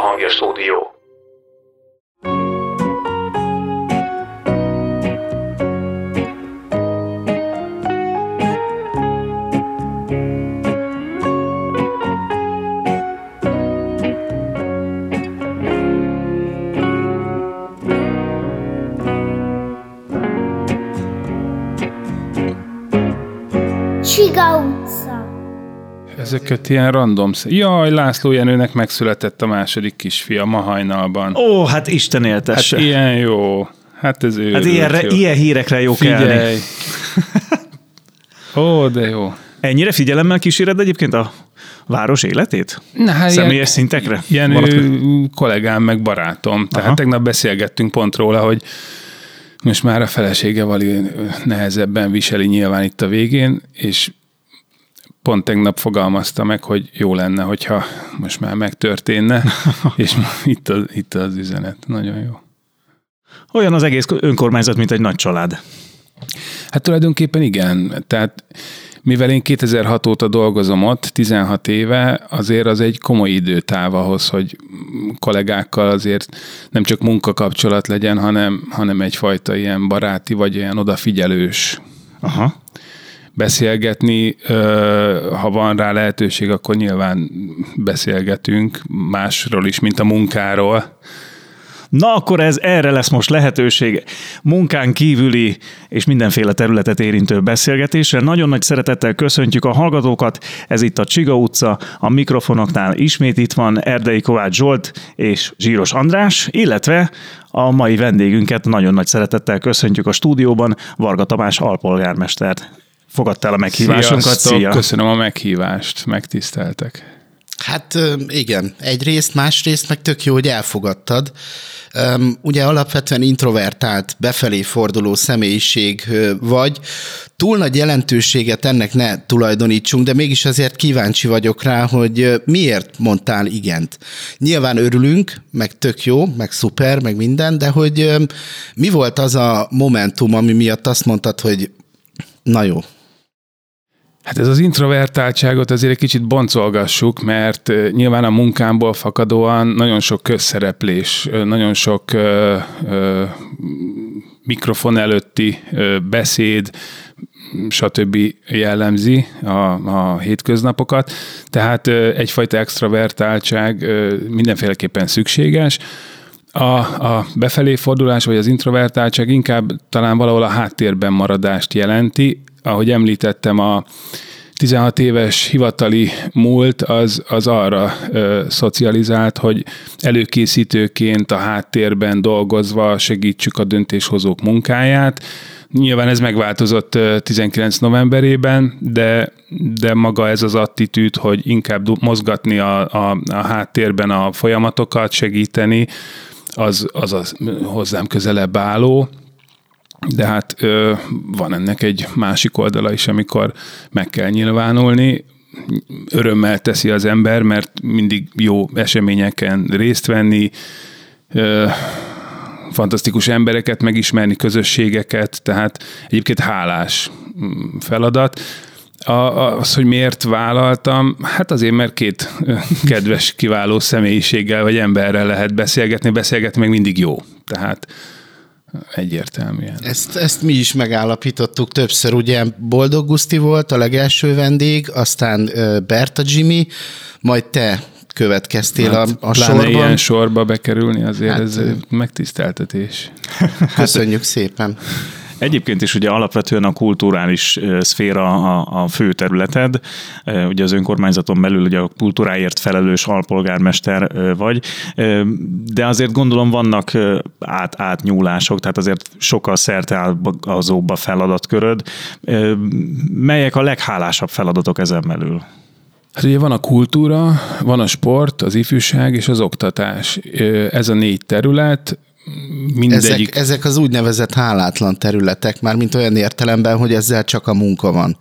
Hangja Stúdió. Csiga utca. Ezeket ilyen random... Jaj, László Jenőnek megszületett a második kisfia ma hajnalban. Ó, hát Isten éltesse. Hát ilyen jó. Hát ez őrült Hát ilyen hírekre jó kelni. Ó, de jó. Ennyire figyelemmel kíséred egyébként a város életét? Na, hát személyes szintekre? Ilyen kollégám meg barátom. Tehát tegnap beszélgettünk pont róla, hogy most már a felesége Vali nehezebben viseli nyilván itt a végén, és pont tegnap fogalmazta meg, hogy jó lenne, hogyha most már megtörténne, és itt az üzenet. Nagyon jó. Olyan az egész önkormányzat, mint egy nagy család. Hát tulajdonképpen igen. Tehát mivel én 2006 óta dolgozom ott, 16 éve, azért az egy komoly időtáv ahhoz, hogy kollégákkal azért nem csak munkakapcsolat legyen, hanem egyfajta ilyen baráti, vagy ilyen odafigyelős beszélgetni. Ha van rá lehetőség, akkor nyilván beszélgetünk másról is, mint a munkáról. Na akkor erre lesz most lehetőség munkán kívüli és mindenféle területet érintő beszélgetésre. Nagyon nagy szeretettel köszöntjük a hallgatókat. Ez itt a Csiga utca, a mikrofonoknál ismét itt van Erdei Kovács Zsolt és Zsíros András, illetve a mai vendégünket nagyon nagy szeretettel köszöntjük a stúdióban, Varga Tamás alpolgármestert. Fogadtál a meghívásunkat? Sziasztok, Szia! Köszönöm a meghívást, megtiszteltek. Hát igen, egyrészt, másrészt meg tök jó, hogy elfogadtad. Ugye alapvetően introvertált, befelé forduló személyiség vagy. Túl nagy jelentőséget ennek ne tulajdonítsunk, de mégis azért kíváncsi vagyok rá, hogy miért mondtál igent. Nyilván örülünk, meg tök jó, meg szuper, meg minden, de hogy mi volt az a momentum, ami miatt azt mondtad, hogy na jó. Hát ez az introvertáltságot azért egy kicsit boncolgassuk, mert nyilván a munkámból fakadóan nagyon sok közszereplés, nagyon sok mikrofon előtti beszéd, stb. Jellemzi a hétköznapokat. Tehát egyfajta extravertáltság mindenféleképpen szükséges. A befelé fordulás, vagy az introvertáltság inkább talán valahol a háttérben maradást jelenti. Ahogy említettem, a 16 éves hivatali múlt az arra szocializált, hogy előkészítőként a háttérben dolgozva segítsük a döntéshozók munkáját. Nyilván ez megváltozott 19 novemberében, de maga ez az attitűd, hogy inkább mozgatni a háttérben a folyamatokat, segíteni, az hozzám közelebb álló. De hát van ennek egy másik oldala is, amikor meg kell nyilvánulni. Örömmel teszi az ember, mert mindig jó eseményeken részt venni, fantasztikus embereket megismerni, közösségeket, tehát egyébként hálás feladat. Az, hogy miért vállaltam, hát azért, mert két kedves, kiváló személyiséggel vagy emberrel lehet beszélgetni meg mindig jó. Tehát egyértelműen. Ezt mi is megállapítottuk többször, ugye Boldog Guszti volt a legelső vendég, aztán Berta Jimmy, majd te következtél a sorban. Ilyen sorba bekerülni azért ez megtiszteltetés. Köszönjük szépen. Egyébként is ugye alapvetően a kulturális szféra a fő területed, ugye az önkormányzaton belül ugye a kultúráért felelős alpolgármester vagy, de azért gondolom vannak átnyúlások, tehát azért sokkal szerteágazóbb a feladatköröd. Melyek a leghálásabb feladatok ezen belül? Hát ugye van a kultúra, van a sport, az ifjúság és az oktatás. Ez a 4 terület. Mindegyik. Ezek az úgynevezett hálátlan területek, már mint olyan értelemben, hogy ezzel csak a munka van.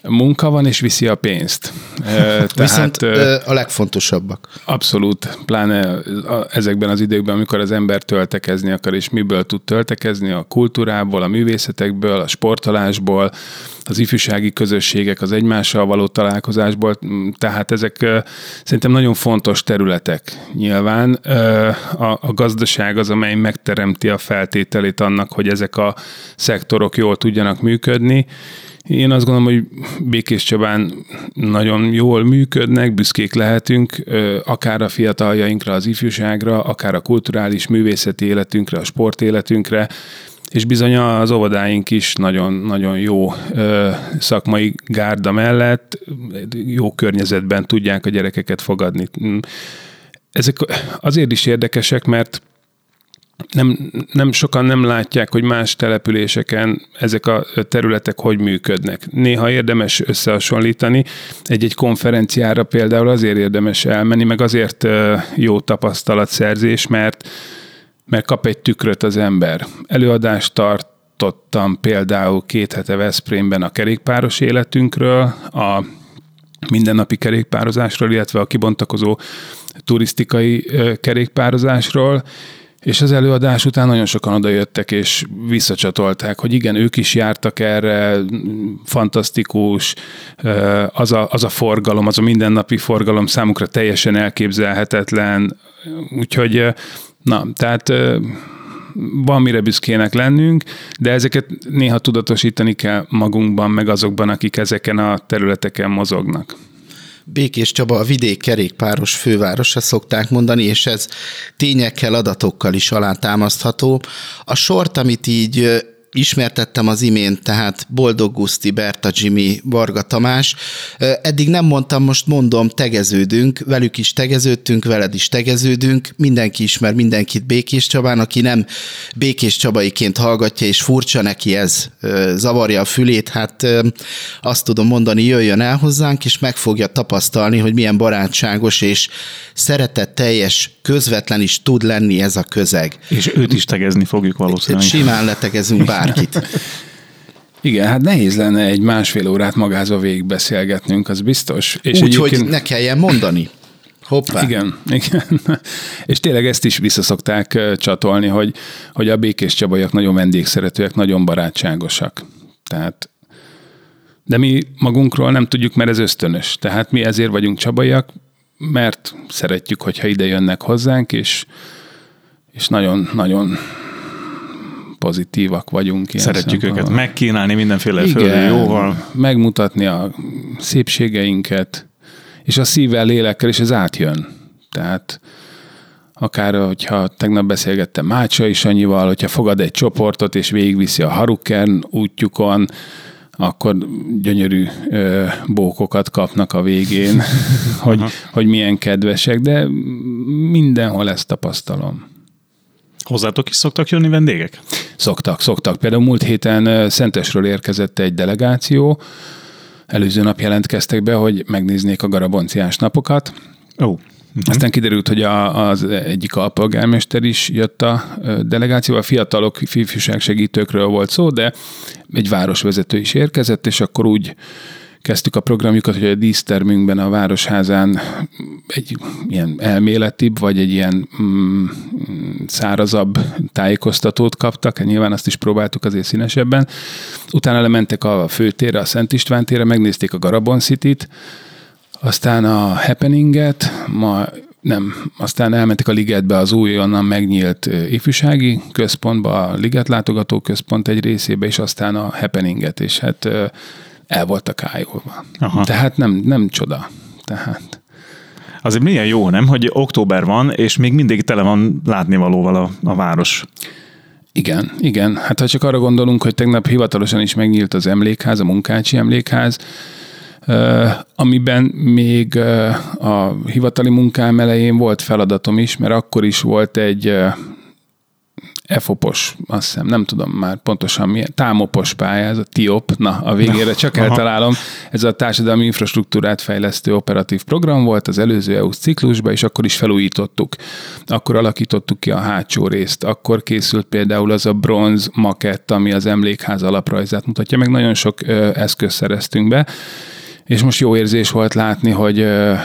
munka van, és viszi a pénzt. Viszont a legfontosabbak. Abszolút, pláne ezekben az időkben, amikor az ember töltekezni akar, és miből tud töltekezni, a kultúrából, a művészetekből, a sportolásból, az ifjúsági közösségek, az egymással való találkozásból, tehát ezek szerintem nagyon fontos területek nyilván. A gazdaság az, amely megteremti a feltételét annak, hogy ezek a szektorok jól tudjanak működni. Én azt gondolom, hogy Békéscsabán nagyon jól működnek, büszkék lehetünk, akár a fiataljainkra, az ifjúságra, akár a kulturális művészeti életünkre, a sportéletünkre, és bizony az óvodáink is nagyon jó szakmai gárda mellett jó környezetben tudják a gyerekeket fogadni. Ezek azért is érdekesek, mert nem sokan nem látják, hogy más településeken ezek a területek hogy működnek. Néha érdemes összehasonlítani. Egy Konferenciára például azért érdemes elmenni, meg azért jó tapasztalatszerzés, mert kap egy tükröt az ember. Előadást tartottam például 2 hete Veszprémben a kerékpáros életünkről, a mindennapi kerékpározásról, illetve a kibontakozó turisztikai kerékpározásról, és az előadás után nagyon sokan odajöttek, és visszacsatolták, hogy igen, ők is jártak erre, fantasztikus, az a forgalom, az a mindennapi forgalom számukra teljesen elképzelhetetlen, úgyhogy tehát van mire büszkének lennünk, de ezeket néha tudatosítani kell magunkban, meg azokban, akik ezeken a területeken mozognak. Békéscsaba a vidék kerékpáros fővárosa szokták mondani, és ez tényekkel, adatokkal is alátámasztható. A sort, amit így ismertettem az imént, tehát Boldog Guszti, Berta Jimmy, Varga Tamás. Eddig nem mondtam, most mondom, tegeződünk, velük is tegeződtünk, veled is tegeződünk, mindenki ismer mindenkit Békéscsabán, aki nem békéscsabaiként hallgatja, és furcsa neki ez, zavarja a fülét, hát azt tudom mondani, jöjjön el hozzánk, és meg fogja tapasztalni, hogy milyen barátságos és szeretetteljes, közvetlen is tud lenni ez a közeg. És őt is tegezni fogjuk valószínűleg. Simán letegezünk bárkit. Igen, hát nehéz lenne egy 1,5 órát magázva végigbeszélgetnünk, az biztos. Úgy, hogy ne kelljen mondani. Hoppá. Igen. És tényleg ezt is visszaszokták csatolni, hogy a békéscsabaiak nagyon vendégszeretőek, nagyon barátságosak. Tehát, de mi magunkról nem tudjuk, mert ez ösztönös. Tehát mi ezért vagyunk csabaiak, mert szeretjük, hogyha ide jönnek hozzánk, és nagyon pozitívak vagyunk. Szeretjük őket megkínálni mindenféle földi jóval. Megmutatni a szépségeinket, és a szívvel, lélekkel, és ez átjön. Tehát akár, hogyha tegnap beszélgettem Mácsai Sanyival, hogyha fogad egy csoportot, és végigviszi a Harukern útjukon, akkor gyönyörű bókokat kapnak a végén, hogy milyen kedvesek, de mindenhol ezt tapasztalom. Hozzátok is szoktak jönni vendégek? Szoktak. Például múlt héten Szentesről érkezett egy delegáció, előző nap jelentkeztek be, hogy megnéznék a garabonciás napokat. Aztán kiderült, hogy az egyik alpolgármester is jött a delegációval, fiatalok, ifjúságsegítőkről volt szó, de egy városvezető is érkezett, és akkor úgy kezdtük a programjukat, hogy a dísztermünkben a Városházán egy ilyen elméletibb, vagy egy ilyen szárazabb tájékoztatót kaptak, nyilván azt is próbáltuk azért színesebben. Utána lementek a főtérre, a Szent István térre, megnézték a Garabon City-t, aztán a Happeninget, aztán elmentek a Ligetbe, az újonnan megnyílt ifjúsági központba, a Liget látogató központ egy részébe, és aztán a Happeninget, és hát el voltak ájulva. Aha. Tehát nem csoda. Tehát. Azért milyen jó, nem, hogy október van, és még mindig tele van látnivalóval a város. Igen. Hát ha csak arra gondolunk, hogy tegnap hivatalosan is megnyílt az emlékház, a Munkácsi emlékház, amiben még a hivatali munkám elején volt feladatom is, mert akkor is volt egy EFOP-os, azt hiszem, nem tudom már pontosan milyen, támopos pálya, ez a TIOP, a végére csak eltalálom. Ez a társadalmi infrastruktúrát fejlesztő operatív program volt az előző EU ciklusban, és akkor is felújítottuk. Akkor alakítottuk ki a hátsó részt, akkor készült például az a bronz makett, ami az emlékház alaprajzát mutatja, meg nagyon sok eszközt szereztünk be. És most jó érzés volt látni, hogy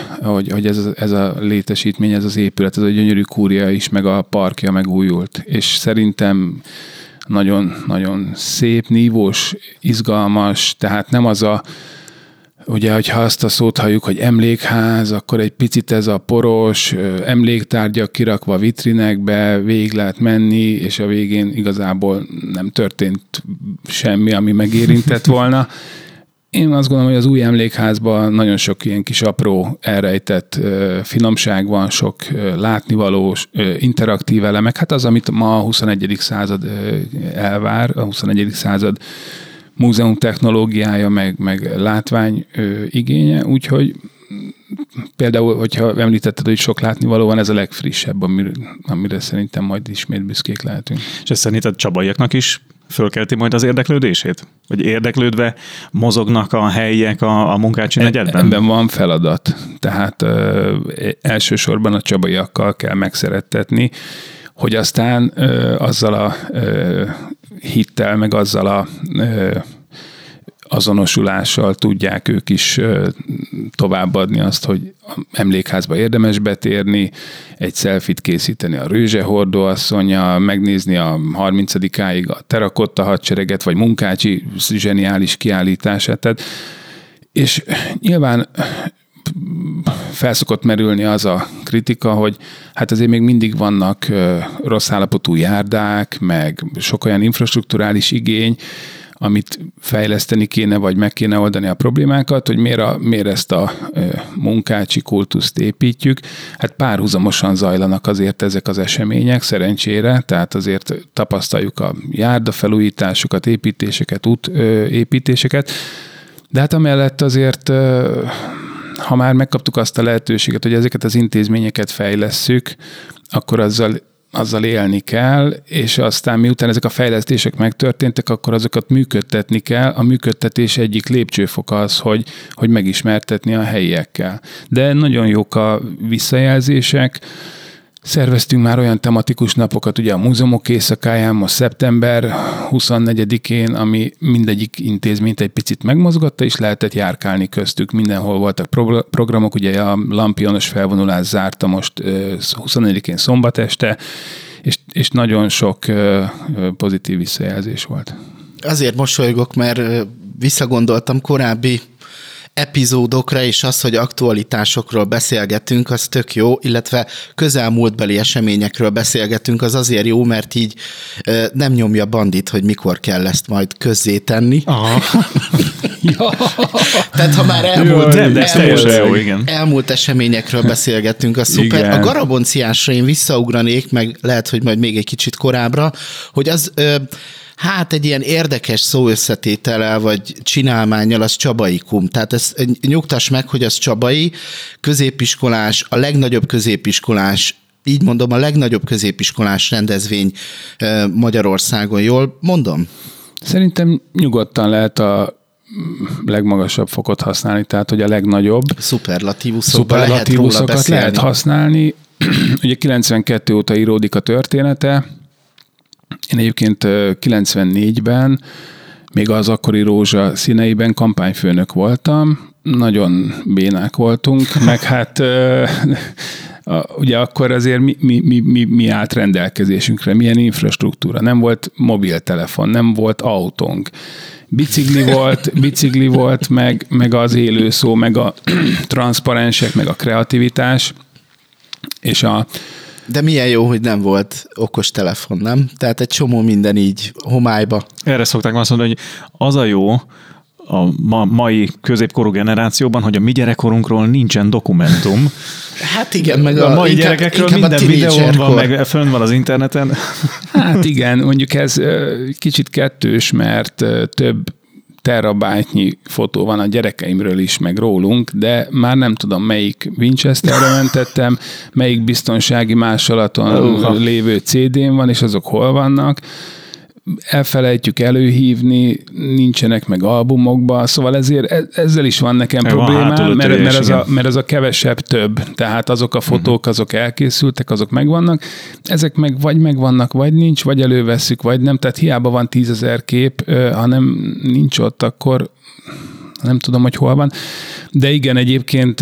ez a létesítmény, ez az épület, ez a gyönyörű kúria is, meg a parkja megújult. És szerintem nagyon szép, nívós, izgalmas, tehát nem az a, ugye, hogyha azt a szót halljuk, hogy emlékház, akkor egy picit ez a poros, emléktárgyak kirakva vitrinekbe, végig lehet menni, és a végén igazából nem történt semmi, ami megérintett volna. Én azt gondolom, hogy az új emlékházban nagyon sok ilyen kis apró, elrejtett finomság van, sok látnivaló, interaktív elemek. Hát az, amit ma a 21. század elvár, a 21. század múzeum technológiája, meg látvány igénye, úgyhogy például, hogyha említetted, hogy sok látnivaló van, ez a legfrissebb, amire szerintem majd ismét büszkék lehetünk. És ez szerinted csabaiaknak is fölkelti majd az érdeklődését? Vagy érdeklődve mozognak a helyiek a Munkácsi negyedben? Ebben van feladat. Tehát elsősorban a csabaiakkal kell megszerettetni, hogy aztán azzal a hittel, meg azzal a azonosulással tudják ők is továbbadni azt, hogy emlékházba érdemes betérni, egy selfit készíteni a Rőzsehordó asszonya, megnézni a 30-áig a Terrakotta hadsereget, vagy Munkácsi zseniális kiállítását. Tehát, és nyilván felszokott merülni az a kritika, hogy hát azért még mindig vannak rossz állapotú járdák, meg sok olyan infrastrukturális igény, amit fejleszteni kéne, vagy meg kéne oldani a problémákat, hogy miért ezt a munkácsi kultuszt építjük. Hát párhuzamosan zajlanak azért ezek az események, szerencsére, tehát azért tapasztaljuk a járdafelújításokat, építéseket, útépítéseket, de hát amellett azért, ha már megkaptuk azt a lehetőséget, hogy ezeket az intézményeket fejlesszük, akkor azzal élni kell, és aztán miután ezek a fejlesztések megtörténtek, akkor azokat működtetni kell. A működtetés egyik lépcsőfoka az, hogy megismertetni a helyiekkel. De nagyon jók a visszajelzések. Szerveztünk már olyan tematikus napokat, ugye a múzeumok éjszakáján, most szeptember 24-én, ami mindegyik intézményt egy picit megmozgatta, és lehetett járkálni köztük. Mindenhol voltak programok, ugye a lampionos felvonulás zárta most 24-én szombat este, és nagyon sok pozitív visszajelzés volt. Azért mosolygok, mert visszagondoltam korábbi epizódokra, és az, hogy aktualitásokról beszélgetünk, az tök jó, illetve közelmúltbeli eseményekről beszélgetünk, az azért jó, mert így nem nyomja bandit, hogy mikor kell ezt majd közzétenni. Tehát ha már elmúlt eseményekről beszélgettünk, az szuper. Igen. A garabonciásra én visszaugranék, meg lehet, hogy majd még egy kicsit korábbra, hogy az... Hát egy ilyen érdekes szóösszetétellel vagy csinálmánnyal az csabaikum. Tehát ezt nyugtass meg, hogy az csabai, középiskolás, a legnagyobb középiskolás, így mondom, a legnagyobb középiskolás rendezvény Magyarországon. Jól mondom? Szerintem nyugodtan lehet a legmagasabb fokot használni, tehát hogy a legnagyobb. Szuperlatívusokat lehet használni. Ugye 92 óta íródik a története. Én egyébként 94-ben még az akkori Rózsa színeiben kampányfőnök voltam, nagyon bénák voltunk, meg hát ugye akkor azért mi állt rendelkezésünkre, milyen infrastruktúra, nem volt mobiltelefon, nem volt autónk, bicikli volt, meg az élő szó, meg a transzparensek, meg a kreativitás, és De milyen jó, hogy nem volt okos telefon, nem? Tehát egy csomó minden így homályba. Erre szokták azt mondani, hogy az a jó a mai középkorú generációban, hogy a mi gyerekkorunkról nincsen dokumentum. Hát igen, meg a mai gyerekekről minden videón van, meg fönn van az interneten. Hát igen, mondjuk ez kicsit kettős, mert több terabájtnyi fotó van a gyerekeimről is, meg rólunk, de már nem tudom, melyik Winchesterre mentettem, melyik biztonsági másolaton lévő CD-n van, és azok hol vannak. Elfelejtjük előhívni, nincsenek meg albumokba, szóval ezért ezzel is van nekem problémám, mert az a kevesebb több. Tehát azok a fotók, azok elkészültek, azok megvannak, ezek meg vagy megvannak, vagy nincs, vagy elővesszük, vagy nem. Tehát hiába van 10 000 kép, hanem nincs ott, akkor nem tudom, hogy hol van. De igen, egyébként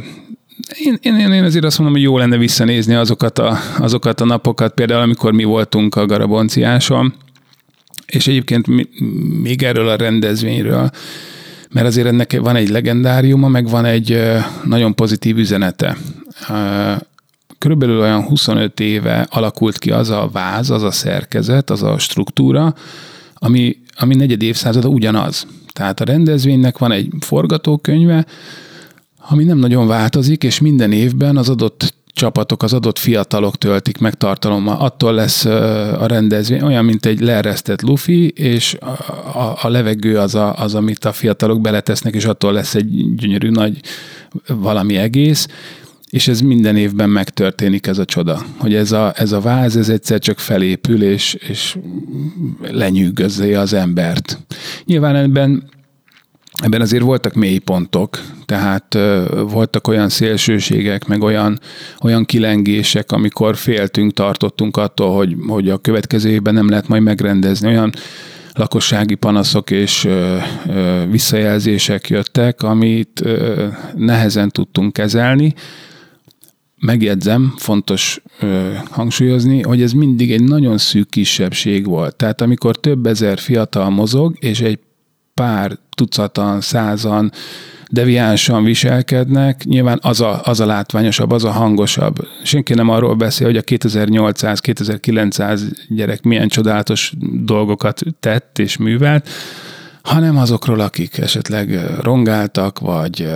én azért azt mondom, hogy jó lenne visszanézni azokat a napokat, például amikor mi voltunk a Garabonciáson, és egyébként még erről a rendezvényről, mert azért ennek van egy legendáriuma, meg van egy nagyon pozitív üzenete. Körülbelül olyan 25 éve alakult ki az a váz, az a szerkezet, az a struktúra, ami negyed évszázada ugyanaz. Tehát a rendezvénynek van egy forgatókönyve, ami nem nagyon változik, és minden évben az adott csapatok, az adott fiatalok töltik meg tartalommal. Attól lesz a rendezvény olyan, mint egy leeresztett lufi, és a levegő az, amit a fiatalok beletesznek, és attól lesz egy gyönyörű nagy valami egész, és ez minden évben megtörténik, ez a csoda. Hogy ez a váz, ez egyszer csak felépül, és lenyűgözze az embert. Nyilván ebben azért voltak mélypontok, tehát voltak olyan szélsőségek, meg olyan kilengések, amikor tartottunk attól, hogy a következő évben nem lehet majd megrendezni. Olyan lakossági panaszok és visszajelzések jöttek, amit nehezen tudtunk kezelni. Megjegyzem, fontos hangsúlyozni, hogy ez mindig egy nagyon szűk kisebbség volt. Tehát amikor több ezer fiatal mozog, és egy pár tucatan, 100-an deviánsan viselkednek, nyilván az a látványosabb, az a hangosabb. Senki nem arról beszél, hogy a 2800-2900 gyerek milyen csodálatos dolgokat tett és művelt, hanem azokról, akik esetleg rongáltak, vagy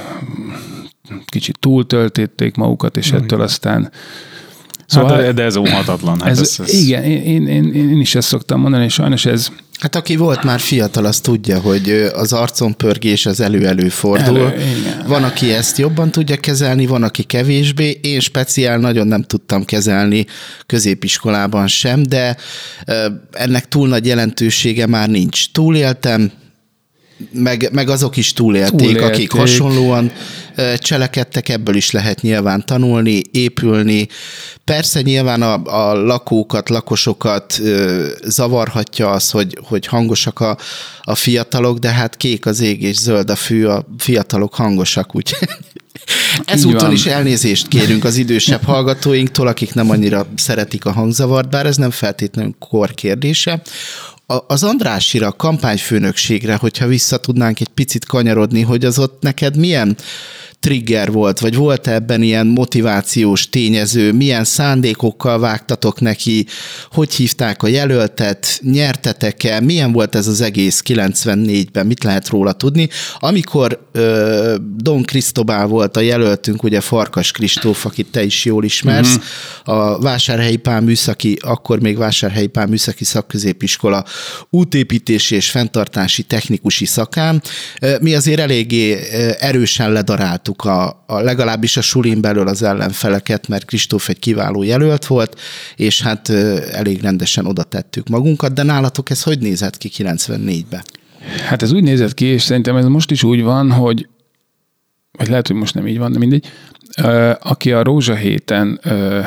kicsit túltöltötték magukat, és ettől aztán... Szóval, de ez óhatatlan. Igen, én is ezt szoktam mondani, és sajnos ez... Hát aki volt már fiatal, az tudja, hogy az arconpörgés az előfordul. Van, aki ezt jobban tudja kezelni, van, aki kevésbé. Én speciál nagyon nem tudtam kezelni középiskolában sem, de ennek túl nagy jelentősége már nincs. Túléltem, meg azok is túlélték, akik hasonlóan cselekedtek, ebből is lehet nyilván tanulni, épülni. Persze nyilván a lakosokat zavarhatja az, hogy hangosak a fiatalok, de hát kék az ég és zöld a fű, a fiatalok hangosak, úgyhogy ezúton is elnézést kérünk az idősebb hallgatóinktól, akik nem annyira szeretik a hangzavart, bár ez nem feltétlenül kor kérdése. Az Andrásira, a kampányfőnökségre, hogyha vissza tudnánk egy picit kanyarodni, hogy az ott neked milyen trigger volt, vagy volt ebben ilyen motivációs tényező, milyen szándékokkal vágtatok neki, hogy hívták a jelöltet, nyertetek-e, milyen volt ez az egész 94-ben, mit lehet róla tudni? Amikor Don Cristobal volt a jelöltünk, ugye Farkas Kristóf, akit te is jól ismersz, a Vásárhelyi Pál Műszaki, akkor még Vásárhelyi Pál Műszaki Szakközépiskola útépítési és fenntartási technikusi szakán, mi azért eléggé erősen ledaráltuk legalábbis a sulin belül az ellenfeleket, mert Kristóf egy kiváló jelölt volt, és hát elég rendesen oda tettük magunkat, de nálatok ez hogy nézett ki 94-ben? Hát ez úgy nézett ki, és szerintem ez most is úgy van, hogy vagy lehet, hogy most nem így van, de mindegy, aki a Rózsahéten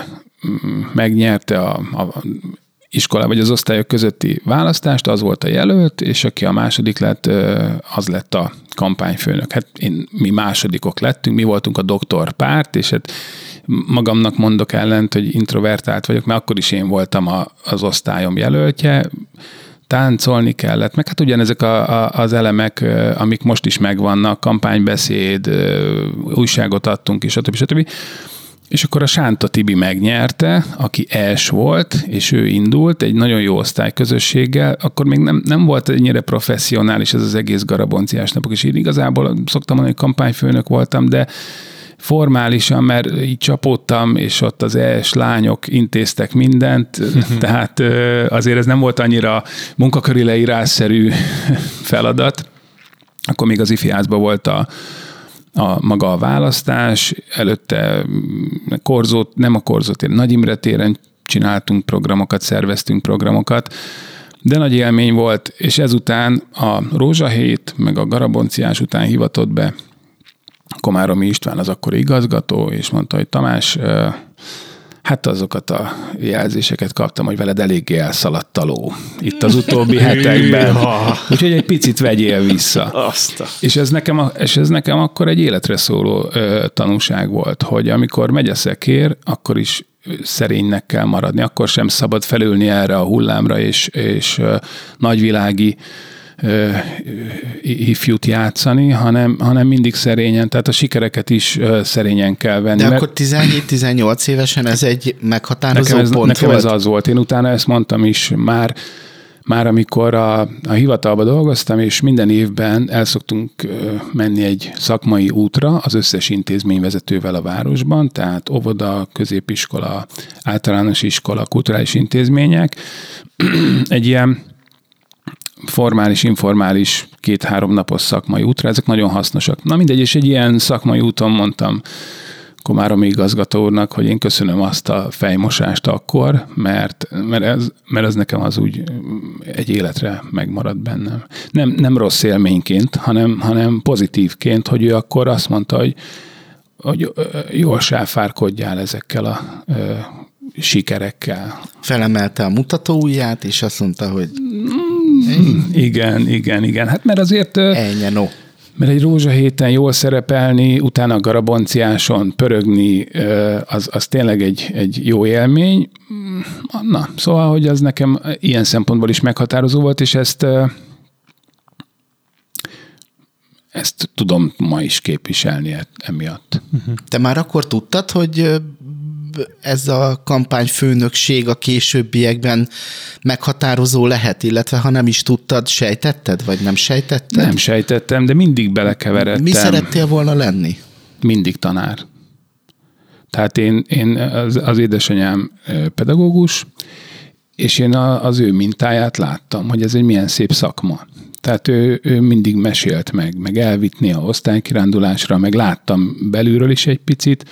megnyerte a iskola vagy az osztályok közötti választást, az volt a jelölt, és aki a második lett, az lett a kampányfőnök. Hát mi másodikok lettünk, mi voltunk a doktorpárt, és hát magamnak mondok ellent, hogy introvertált vagyok, mert akkor is én voltam az osztályom jelöltje, táncolni kellett, meg hát ugyanezek az elemek, amik most is megvannak, kampánybeszéd, újságot adtunk, és stb. És akkor a Sánta Tibi megnyerte, aki els volt, és ő indult egy nagyon jó osztályközösséggel, akkor még nem volt ennyire professzionális ez az egész Garabonciás napok, és én igazából szoktam mondani, hogy kampányfőnök voltam, de formálisan, mert így csapódtam, és ott az ES lányok intéztek mindent, tehát azért ez nem volt annyira munkaköri leírásszerű feladat. Akkor még az ifiászban volt a maga a választás, előtte nem a Korzó téren, Nagy Imre téren csináltunk programokat, szerveztünk programokat, de nagy élmény volt, és ezután a Rózsahét, meg a Garabonciás után hivatott be Komáromi István, az akkori igazgató, és mondta, hogy Tamás, hát azokat a jelzéseket kaptam, hogy veled eléggé elszaladt a ló itt az utóbbi hetekben. Úgyhogy egy picit vegyél vissza. És ez nekem akkor egy életre szóló tanúság volt, hogy amikor megy a szekér, akkor is szerénynek kell maradni, akkor sem szabad felülni erre a hullámra, és nagyvilági ifjút játszani, hanem mindig szerényen, tehát a sikereket is szerényen kell venni. De akkor 17-18 évesen ez egy meghatározó pont volt? Nekem ez az volt. Én utána ezt mondtam is már amikor a hivatalba dolgoztam, és minden évben el szoktunk menni egy szakmai útra az összes intézményvezetővel a városban, tehát óvoda, középiskola, általános iskola, kulturális intézmények. Egy ilyen formális, informális 2-3 napos szakmai útra, ezek nagyon hasznosak. Na mindegy, és egy ilyen szakmai úton mondtam Komáromi igazgató úrnak, hogy én köszönöm azt a fejmosást akkor, mert az nekem az úgy egy életre megmaradt bennem. Nem rossz élményként, hanem pozitívként, hogy ő akkor azt mondta, hogy jól sáfárkodjál ezekkel a sikerekkel. Felemelte a mutatóujját, és azt mondta, hogy Igen. Hát mert azért... no. Mert egy Rózsahéten jól szerepelni, utána a Garabonciáson pörögni, az tényleg egy jó élmény. Na, szóval, hogy az nekem ilyen szempontból is meghatározó volt, és ezt tudom ma is képviselni emiatt. Te már akkor tudtad, hogy ez a kampányfőnökség a későbbiekben meghatározó lehet, illetve ha nem is tudtad, sejtetted, vagy nem sejtetted? Nem sejtettem, de mindig belekeveredtem. Mi szerettél volna lenni? Mindig tanár. Tehát én az édesanyám pedagógus, és én az ő mintáját láttam, hogy ez egy milyen szép szakma. Tehát ő mindig mesélt meg elvitt néha osztálykirándulásra, meg láttam belülről is egy picit.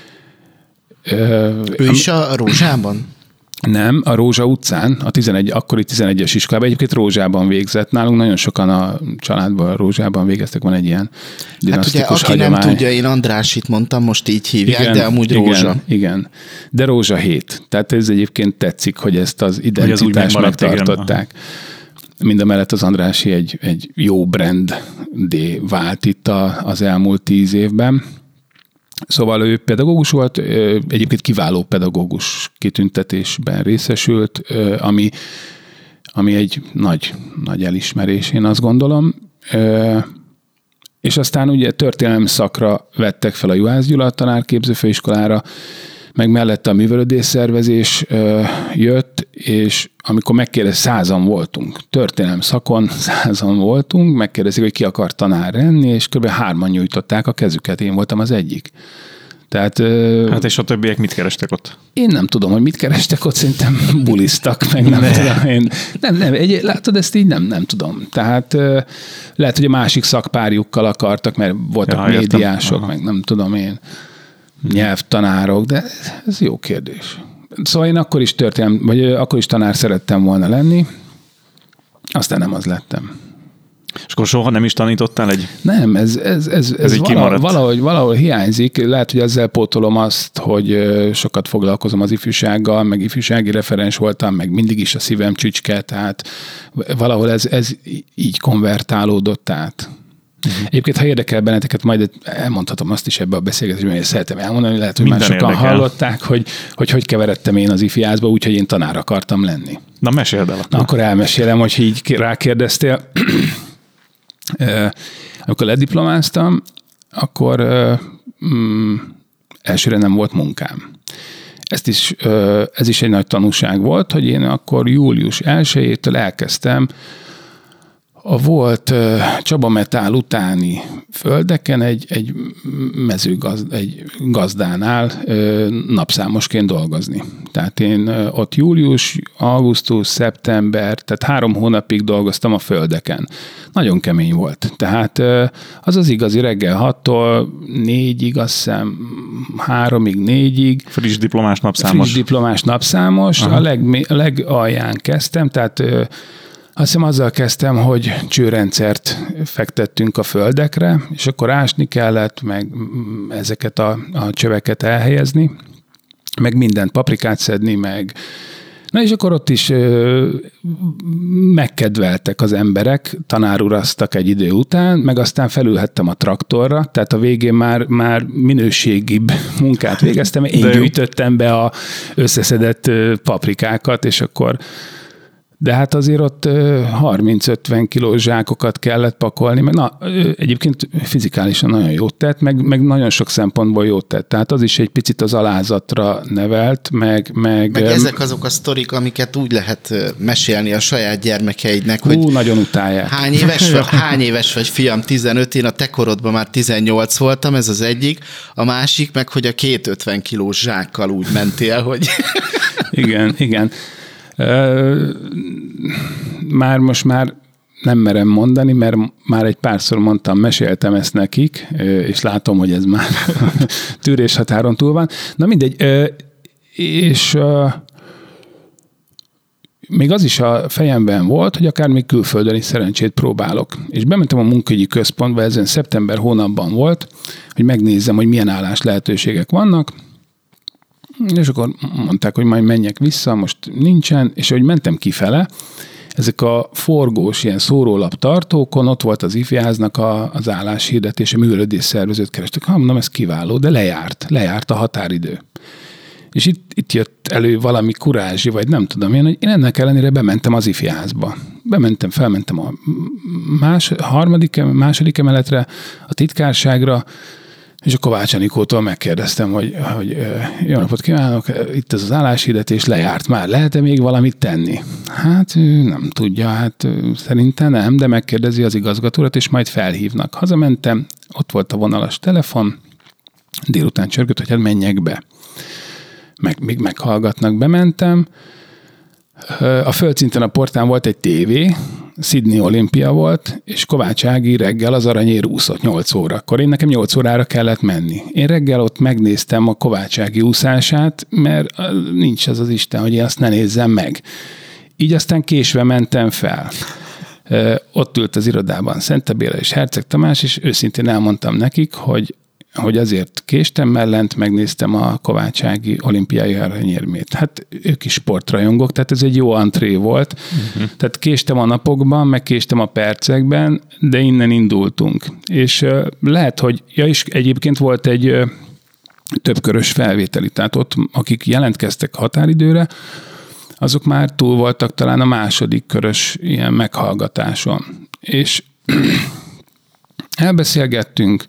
Ő is a Rózsában? Nem, a Rózsa utcán, akkori 11-es iskolában, egyébként Rózsában végzett. Nálunk nagyon sokan a családban Rózsában végeztek, van egy ilyen dinasztikus hagyomány. Hát ugye, aki nem tudja, én Andrásit mondtam, most így hívják, igen, de amúgy Rózsa. Igen, de Rózsahét. Tehát ez egyébként tetszik, hogy ezt az identitást megtartották. Mindamellett az Andrási egy jó branddé vált itt az elmúlt 10 évben. Szóval ő pedagógus volt, egyébként kiváló pedagógus kitüntetésben részesült, ami egy nagy elismerés, én azt gondolom. És aztán ugye történelem szakra vettek fel a Juhász Gyula tanárképző főiskolára, meg mellette a művelődésszervezés jött, és amikor megkérdez, 100-an voltunk, történelem szakon 100-an voltunk, megkérdezik, hogy ki akar tanár lenni, és kb. 3-an nyújtották a kezüket, én voltam az egyik. Tehát, hát és a többiek mit kerestek ott? Én nem tudom, hogy mit kerestek ott, szerintem buliztak, meg nem tudom én. Nem, látod, ezt így nem tudom. Tehát lehet, hogy a másik szakpárjukkal akartak, mert voltak médiások, meg nem tudom én, nyelvtanárok, de ez jó kérdés. Szóval én akkor is tanár szerettem volna lenni, aztán nem az lettem. És akkor soha nem is tanítottál egy... Nem, ez valahol hiányzik. Lehet, hogy ezzel pótolom azt, hogy sokat foglalkozom az ifjúsággal, meg ifjúsági referens voltam, meg mindig is a szívem csücske, tehát valahol ez így konvertálódott át. Egyébként, ha érdekel benneteket, majd elmondhatom azt is ebbe a beszélgetésben, hogy szeretem elmondani, lehet, hogy minden már sokan hallották, hogy keveredtem én az ifiászba, úgyhogy én tanár akartam lenni. Na, meséld el. Akkor elmesélem, hogy így rákérdeztél. Amikor lediplomáztam, akkor elsőre nem volt munkám. Ez is egy nagy tanúság volt, hogy én akkor július 1-től elkezdtem volt Csaba Metál utáni földeken egy egy gazdánál napszámosként dolgozni. Tehát én ott július, augusztus, szeptember, tehát 3 hónapig dolgoztam a földeken. Nagyon kemény volt. Tehát az igazi reggel 6-tól 4-ig, azt hiszem 3-ig, 4-ig. Friss diplomás napszámos. A legalján kezdtem, tehát azt hiszem azzal kezdtem, hogy csőrendszert fektettünk a földekre, és akkor ásni kellett, meg ezeket a csöveket elhelyezni, meg mindent, paprikát szedni, meg... Na és akkor ott is megkedveltek az emberek, tanáruraztak egy idő után, meg aztán felülhettem a traktorra, tehát a végén már minőségibb munkát végeztem, én gyűjtöttem be a összeszedett paprikákat, és akkor... De hát azért ott 30-50 kilós zsákokat kellett pakolni, meg egyébként fizikálisan nagyon jót tett, meg nagyon sok szempontból jót tett. Tehát az is egy picit az alázatra nevelt, meg ezek azok a sztorik, amiket úgy lehet mesélni a saját gyermekeidnek, hogy nagyon utálják. Hány éves vagy, fiam? 15, én a te korodban már 18 voltam, ez az egyik. A másik meg, hogy a 250 kilós zsákkal úgy mentél, hogy... Igen. Most már nem merem mondani, mert már egy párszor meséltem ezt nekik, és látom, hogy ez már tűréshatáron túl van. Na mindegy, és még az is a fejemben volt, hogy akár még külföldön is szerencsét próbálok. És bementem a munkaügyi központba, ezen szeptember hónapban volt, hogy megnézzem, hogy milyen állás lehetőségek vannak, és akkor mondták, hogy majd menjek vissza, most nincsen, és ahogy mentem kifele, ezek a forgós ilyen szórólap tartókon, ott volt az ifjáznak az álláshirdetése, művelődés szervezőt kerestek. Mondom, ez kiváló, de lejárt a határidő. És itt jött elő valami kurázsi, vagy nem tudom én, hogy én ennek ellenére bementem az ifjázba. Felmentem a második emeletre, a titkárságra, és a Kovács Anikótól megkérdeztem, hogy jó napot kívánok, itt ez az álláshirdetés lejárt már, lehet-e még valamit tenni? Hát nem tudja, szerintem nem, de megkérdezi az igazgatórat, és majd felhívnak. Hazamentem, ott volt a vonalas telefon, délután csörgött, hogy menjek be. Még meghallgatnak, bementem. A földszinten a portán volt egy tévé, Sydney olimpia volt, és Kovács Ági reggel az Aranyér úszott 8 órakor. Én nekem 8 órára kellett menni. Én reggel ott megnéztem a Kovács Ági úszását, mert nincs az Isten, hogy én azt ne nézzem meg. Így aztán késve mentem fel. Ott ült az irodában Szente Béla és Herceg Tamás, és őszintén elmondtam nekik, hogy azért késtem, mert lent megnéztem a Kovács Ági olimpiai aranyérmét. Hát ők is sportrajongók, tehát ez egy jó antré volt. Uh-huh. Tehát késtem a napokban, meg késtem a percekben, de innen indultunk. És lehet, hogy és egyébként volt egy többkörös felvételi, tehát ott, akik jelentkeztek határidőre, azok már túl voltak talán a második körös ilyen meghallgatáson. És elbeszélgettünk,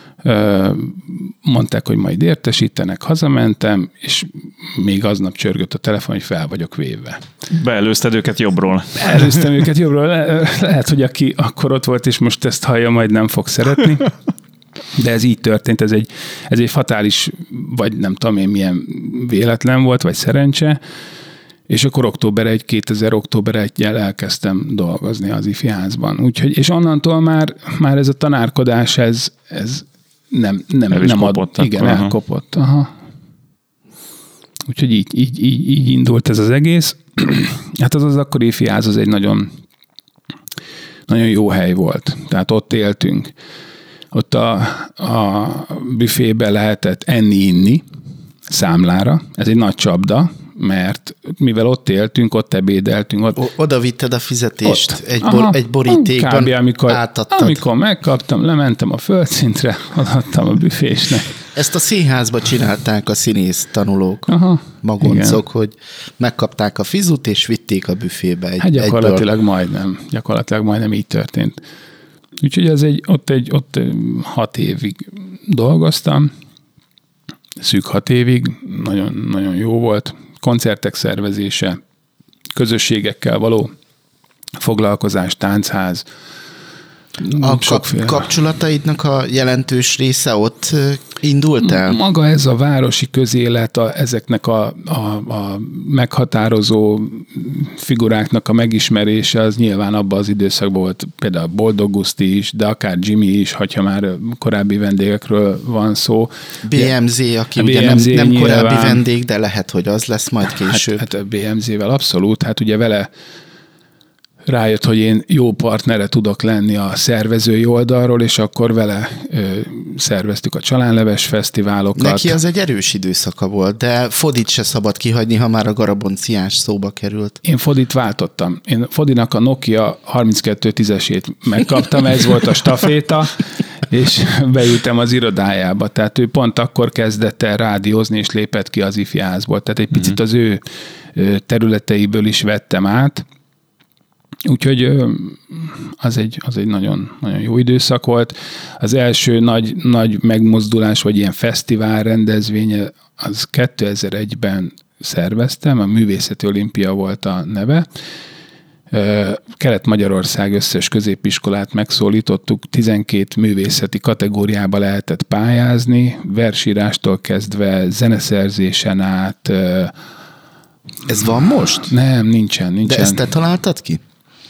mondták, hogy majd értesítenek, hazamentem, és még aznap csörgött a telefon, hogy fel vagyok véve. Beelőzted őket jobbról. Beelőztem őket jobbról. Lehet, hogy aki akkor ott volt, és most ezt hallja, majd nem fog szeretni. De ez így történt, ez egy fatális, vagy nem tudom én milyen véletlen volt, vagy szerencse, és akkor 2000. október 1-jel elkezdtem dolgozni az ifjházban. Úgyhogy, és onnantól már ez a tanárkodás, ez nem kopott. Igen, elkopott. Aha. Úgyhogy így indult ez az egész. Hát az akkori ifjház az egy nagyon, nagyon jó hely volt. Tehát ott éltünk. Ott a büfébe lehetett enni-inni számlára. Ez egy nagy csapda, mert mivel ott éltünk, ott ebédeltünk. Oda vitted a fizetést, egy borítékban átadtad. Amikor megkaptam, lementem a földszintre, adtam a büfésnek. Ezt a színházba csinálták a színész tanulók, magoncok, igen. Hogy megkapták a fizut, és vitték a büfébe. Hát gyakorlatilag majdnem így történt. Úgyhogy ott 6 évig dolgoztam, szűk 6 évig, nagyon, nagyon jó volt. Koncertek szervezése, közösségekkel való foglalkozás, táncház, A kapcsolataidnak a jelentős része ott indult el? Maga ez a városi közélet, ezeknek a meghatározó figuráknak a megismerése, az nyilván abban az időszakban volt például Boldog Guszti is, de akár Jimmy is, ha már korábbi vendégekről van szó. BMZ, aki ugye nem korábbi vendég, de lehet, hogy az lesz majd később. Hát a BMZ-vel abszolút, hát ugye vele rájött, hogy én jó partnere tudok lenni a szervezői oldalról, és akkor vele szerveztük a Csalánleves fesztiválokat. Neki az egy erős időszaka volt, de Fodit se szabad kihagyni, ha már a Garabonciás szóba került. Én Fodit váltottam. Én Fodinak a Nokia 3210-esét megkaptam, ez volt a staféta, és beültem az irodájába. Tehát ő pont akkor kezdett el rádiózni, és lépett ki az ifjázból. Tehát egy picit az ő területeiből is vettem át. Úgyhogy az egy nagyon, nagyon jó időszak volt. Az első nagy megmozdulás, vagy ilyen fesztivál rendezvénye, az 2001-ben szerveztem, a Művészeti Olimpia volt a neve. Kelet-Magyarország összes középiskolát megszólítottuk, 12 művészeti kategóriába lehetett pályázni, versírástól kezdve zeneszerzésen át. Ez van most? Nem, nincsen. De ezt te találtad ki?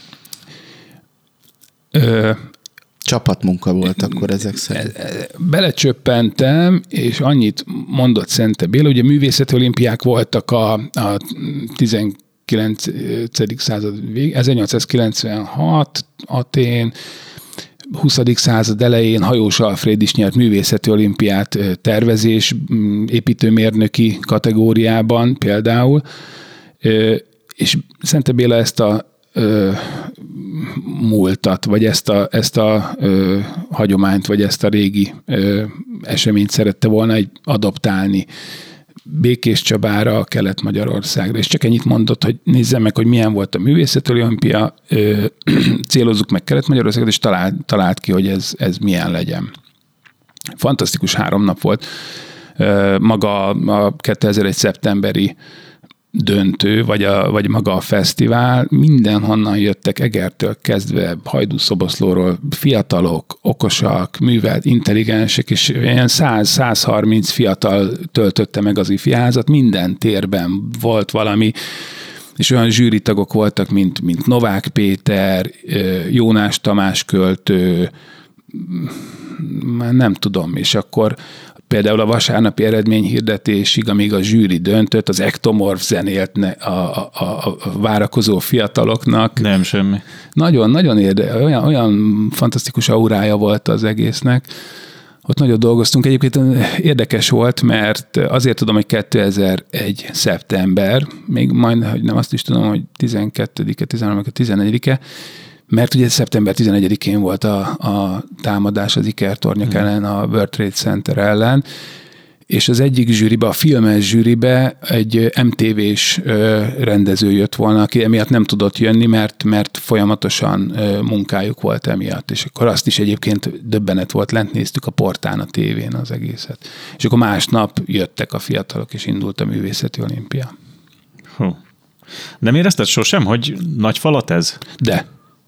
Csapatmunka volt akkor ezek szerint. Belecsöppentem, és annyit mondott Szente Béla, ugye művészeti olimpiák voltak a 19. század végén, 1896, Atén, 20. század elején Hajós Alfréd is nyert művészeti olimpiát tervezés, építőmérnöki kategóriában például, és Szente Béla ezt a múltat, vagy ezt a hagyományt, vagy ezt a régi eseményt szerette volna adaptálni Békés Csabára, Kelet-Magyarországra. És csak ennyit mondott, hogy nézzem meg, hogy milyen volt a művészeti olimpia, célozzuk meg Kelet-Magyarországot, és talált ki, hogy ez milyen legyen. Fantasztikus 3 nap volt. Maga a 2001. szeptemberi döntő, vagy maga a fesztivál, mindenhonnan jöttek, Egertől kezdve, Hajdúszoboszlóról, fiatalok, okosak, művelt, intelligensek, és ilyen 100-130 fiatal töltötte meg az ifjázat, minden térben volt valami, és olyan zsűritagok voltak, mint Novák Péter, Jónás Tamás költő, már nem tudom, és akkor például a vasárnapi eredményhirdetésig, amíg a zsűri döntött, az Ektomorf zenélt a várakozó fiataloknak. Nem semmi. Nagyon olyan fantasztikus aurája volt az egésznek. Ott nagyon dolgoztunk. Egyébként érdekes volt, mert azért tudom, hogy 2001. szeptember, még majd, hogy nem azt is tudom, hogy 12-e, 13-e, 14-e, mert ugye szeptember 11-én volt a támadás az Ikertornyak ellen, a World Trade Center ellen, és az egyik zsűribe, a filmes zsűribe egy MTV-s rendező jött volna, aki emiatt nem tudott jönni, mert folyamatosan munkájuk volt emiatt. És akkor azt is egyébként döbbenet volt, lent néztük a portán, a tévén az egészet. És akkor másnap jöttek a fiatalok, és indult a Művészeti Olimpia. Nem érezted sosem, hogy nagy falat ez? De.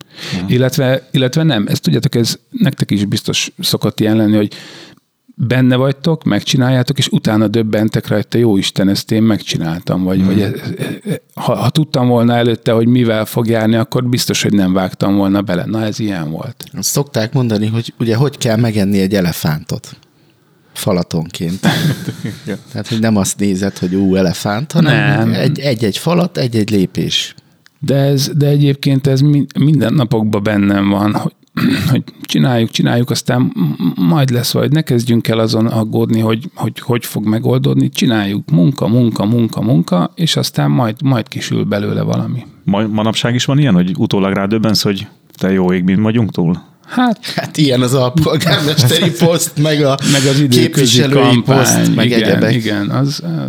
Illetve nem, ezt tudjátok, ez nektek is biztos szokott ilyen lenni, hogy benne vagytok, megcsináljátok, és utána döbbentek rajta, jó Isten, ezt én megcsináltam, vagy ha tudtam volna előtte, hogy mivel fog járni, akkor biztos, hogy nem vágtam volna bele. Na, ez ilyen volt. Azt szokták mondani, hogy ugye hogy kell megenni egy elefántot falatonként. Tehát, hogy nem azt nézed, hogy elefánt, hanem egy-egy falat, egy-egy lépés. De egyébként ez minden napokban bennem van, hogy csináljuk, aztán majd lesz, vagy ne kezdjünk el azon aggódni, hogy fog megoldódni, csináljuk, munka, és aztán majd kisül belőle valami. Manapság is van ilyen, hogy utólag rádöbbensz, hogy te jó ég, mint vagyunk túl? Hát ilyen az alpolgármesteri poszt, meg az képviselői poszt, meg egyebek. Igen,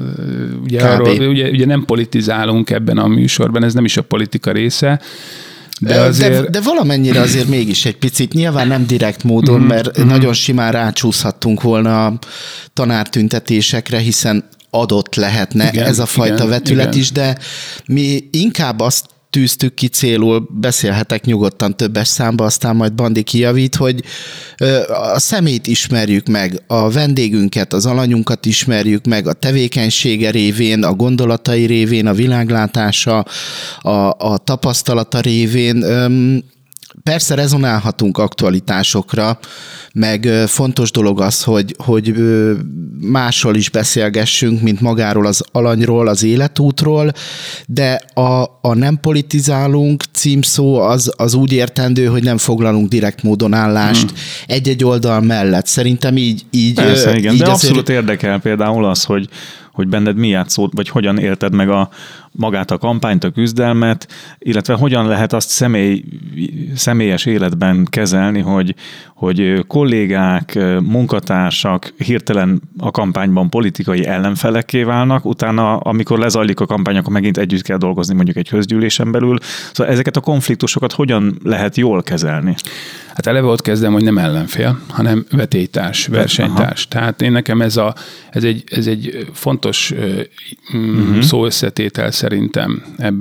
ugye nem politizálunk ebben a műsorban, ez nem is a politika része, de valamennyire azért mégis egy picit, nyilván nem direkt módon, mert nagyon simán rácsúszhattunk volna a tanártüntetésekre, hiszen adott lehetne ez a fajta vetület is, de mi inkább azt tűztük ki célul, beszélhetek nyugodtan többes számba, aztán majd Bandi kijavít, hogy a személyt ismerjük meg, a vendégünket, az alanyunkat ismerjük meg, a tevékenysége révén, a gondolatai révén, a világlátása, a tapasztalata révén. Persze rezonálhatunk aktualitásokra, meg fontos dolog az, hogy másról is beszélgessünk, mint magáról az alanyról, az életútról, de a nem politizálunk címszó az úgy értendő, hogy nem foglalunk direkt módon állást egy-egy oldal mellett. Szerintem így... Persze, igen, így de azért... abszolút érdekel például az, hogy benned mi játszott, vagy hogyan élted meg magát a kampányt, a küzdelmet, illetve hogyan lehet azt személyes életben kezelni, hogy kollégák, munkatársak hirtelen a kampányban politikai ellenfelekké válnak, utána, amikor lezajlik a kampány, akkor megint együtt kell dolgozni mondjuk egy közgyűlésen belül. Szóval ezeket a konfliktusokat hogyan lehet jól kezelni? Hát eleve ott kezdem, hogy nem ellenfél, hanem vetélytárs, versenytárs. Aha. Tehát én nekem ez egy fontos szóösszetétel szerintem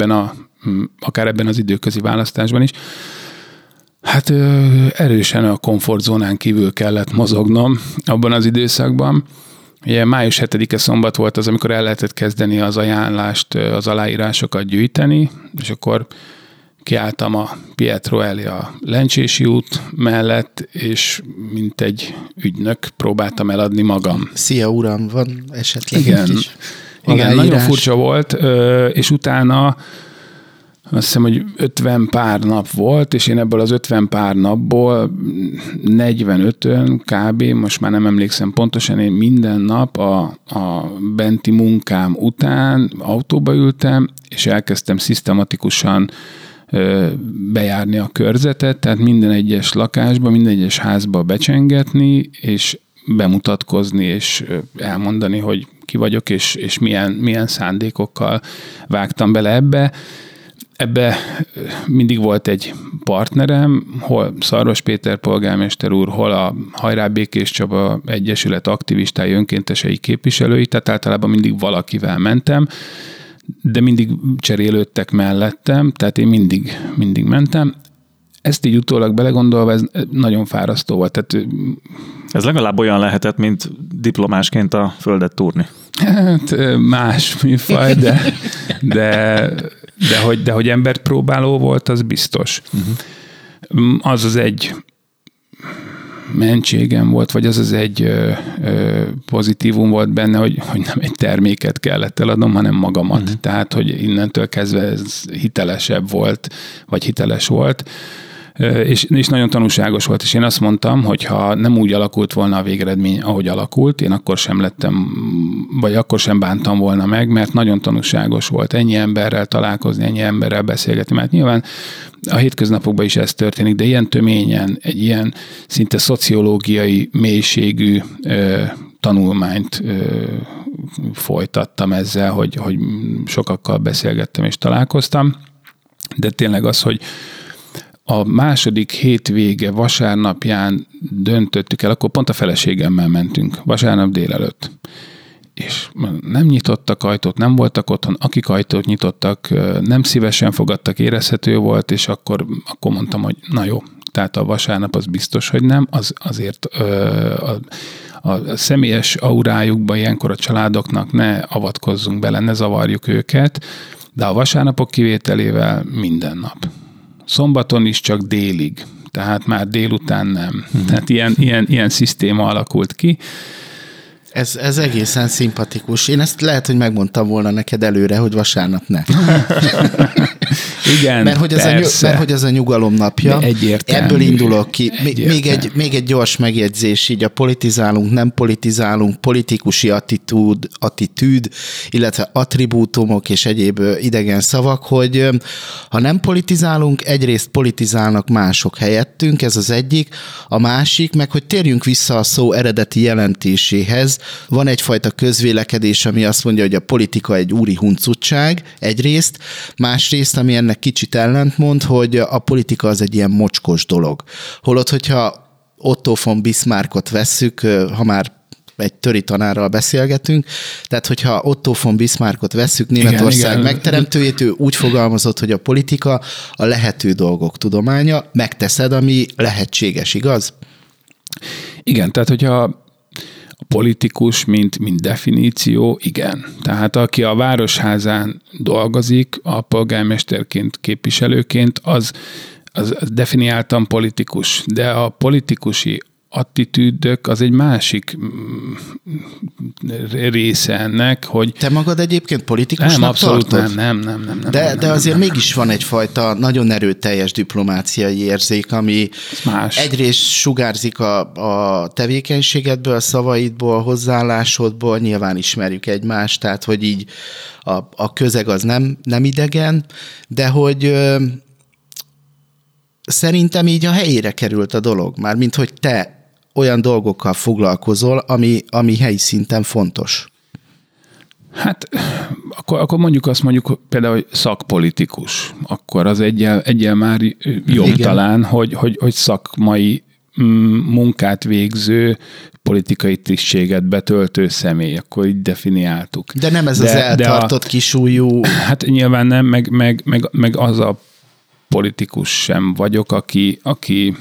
akár ebben az időközi választásban is. Hát erősen a komfortzónán kívül kellett mozognom abban az időszakban. Ugye május 7-e szombat volt az, amikor el lehetett kezdeni az ajánlást, az aláírásokat gyűjteni, és akkor kiálltam a Pietro elé a Lencsési út mellett, és mint egy ügynök próbáltam eladni magam. Szia uram, van esetleg Igen, nagyon furcsa volt, és utána azt hiszem, hogy 50 pár nap volt, és én ebből az 50 pár napból 45-ön kb., most már nem emlékszem pontosan, én minden nap a benti munkám után autóba ültem, és elkezdtem szisztematikusan bejárni a körzetet, tehát minden egyes lakásba, minden egyes házba becsengetni, és bemutatkozni, és elmondani, hogy ki vagyok, és milyen szándékokkal vágtam bele ebbe. Ebbe mindig volt egy partnerem, hol Szarvas Péter polgármester úr, hol a Hajrá Békés Csaba Egyesület aktivistái, önkéntesei képviselői, tehát általában mindig valakivel mentem, de mindig cserélődtek mellettem, tehát én mindig mentem. Ezt így utólag belegondolva, ez nagyon fárasztó volt. Tehát, ez legalább olyan lehetett, mint diplomásként a földet túrni. Hát más műfaj, de hogy embert próbáló volt, az biztos. Az egy mentségem volt, vagy az egy pozitívum volt benne, hogy nem egy terméket kellett eladnom, hanem magamat. Tehát, hogy innentől kezdve ez hitelesebb volt, vagy hiteles volt. És nagyon tanulságos volt, és én azt mondtam, hogy ha nem úgy alakult volna a végeredmény, ahogy alakult, én akkor sem lettem, vagy akkor sem bántam volna meg, mert nagyon tanulságos volt ennyi emberrel találkozni, ennyi emberrel beszélgetni, mert nyilván a hétköznapokban is ez történik, de ilyen töményen, egy ilyen szinte szociológiai mélységű tanulmányt folytattam ezzel, hogy sokakkal beszélgettem és találkoztam, de tényleg az, hogy a második hétvége vasárnapján döntöttük el, akkor pont a feleségemmel mentünk, vasárnap délelőtt. És nem nyitottak ajtót, nem voltak otthon, akik ajtót nyitottak, nem szívesen fogadtak, érezhető volt, és akkor mondtam, hogy na jó, tehát a vasárnap az biztos, hogy nem, azért a személyes aurájukba ilyenkor a családoknak ne avatkozzunk bele, ne zavarjuk őket, de a vasárnapok kivételével minden nap. Szombaton is csak délig, tehát már délután nem. Tehát ilyen szisztéma alakult ki. Ez egészen szimpatikus. Én ezt lehet, hogy megmondtam volna neked előre, hogy vasárnap ne. Igen, mert hogy ez a nyugalom napja. Ebből indulok ki. Még egy gyors megjegyzés, így a politizálunk, nem politizálunk, politikusi attitűd, illetve attribútumok és egyéb idegen szavak, hogy ha nem politizálunk, egyrészt politizálnak mások helyettünk, ez az egyik. A másik, meg hogy térjünk vissza a szó eredeti jelentéséhez. Van egyfajta közvélekedés, ami azt mondja, hogy a politika egy úri huncutság egyrészt, másrészt, ami ennek kicsit ellentmond, hogy a politika az egy ilyen mocskos dolog. Holott, hogyha Otto von Bismarckot vesszük, ha már egy töri tanárral beszélgetünk, tehát hogyha Otto von Bismarckot vesszük, Németország igen. megteremtőjét, ő úgy fogalmazott, hogy a politika a lehető dolgok tudománya, megteszed, ami lehetséges, igaz? Igen, tehát hogyha a politikus, mint definíció, igen. Tehát aki a városházán dolgozik, a polgármesterként, képviselőként, az definiáltan politikus, de a politikusi attitűdök az egy másik része ennek, hogy... Te magad egyébként politikusnak nem, abszolút tartod? Nem. De azért mégis van egyfajta nagyon erőteljes diplomáciai érzék, ami más. egyrészt sugárzik a tevékenységedből, a szavaidból, a hozzáállásodból, nyilván ismerjük egymást, tehát hogy így a közeg az nem idegen, de hogy szerintem így a helyére került a dolog, mármint hogy te olyan dolgokkal foglalkozol, ami helyi szinten fontos. Hát akkor mondjuk például, hogy szakpolitikus, akkor az egyel már jobb Igen. talán, hogy szakmai munkát végző, politikai tisztséget betöltő személy, akkor így definiáltuk. De nem ez az eltartott kisúlyú... Hát nyilván nem, meg az a politikus sem vagyok, aki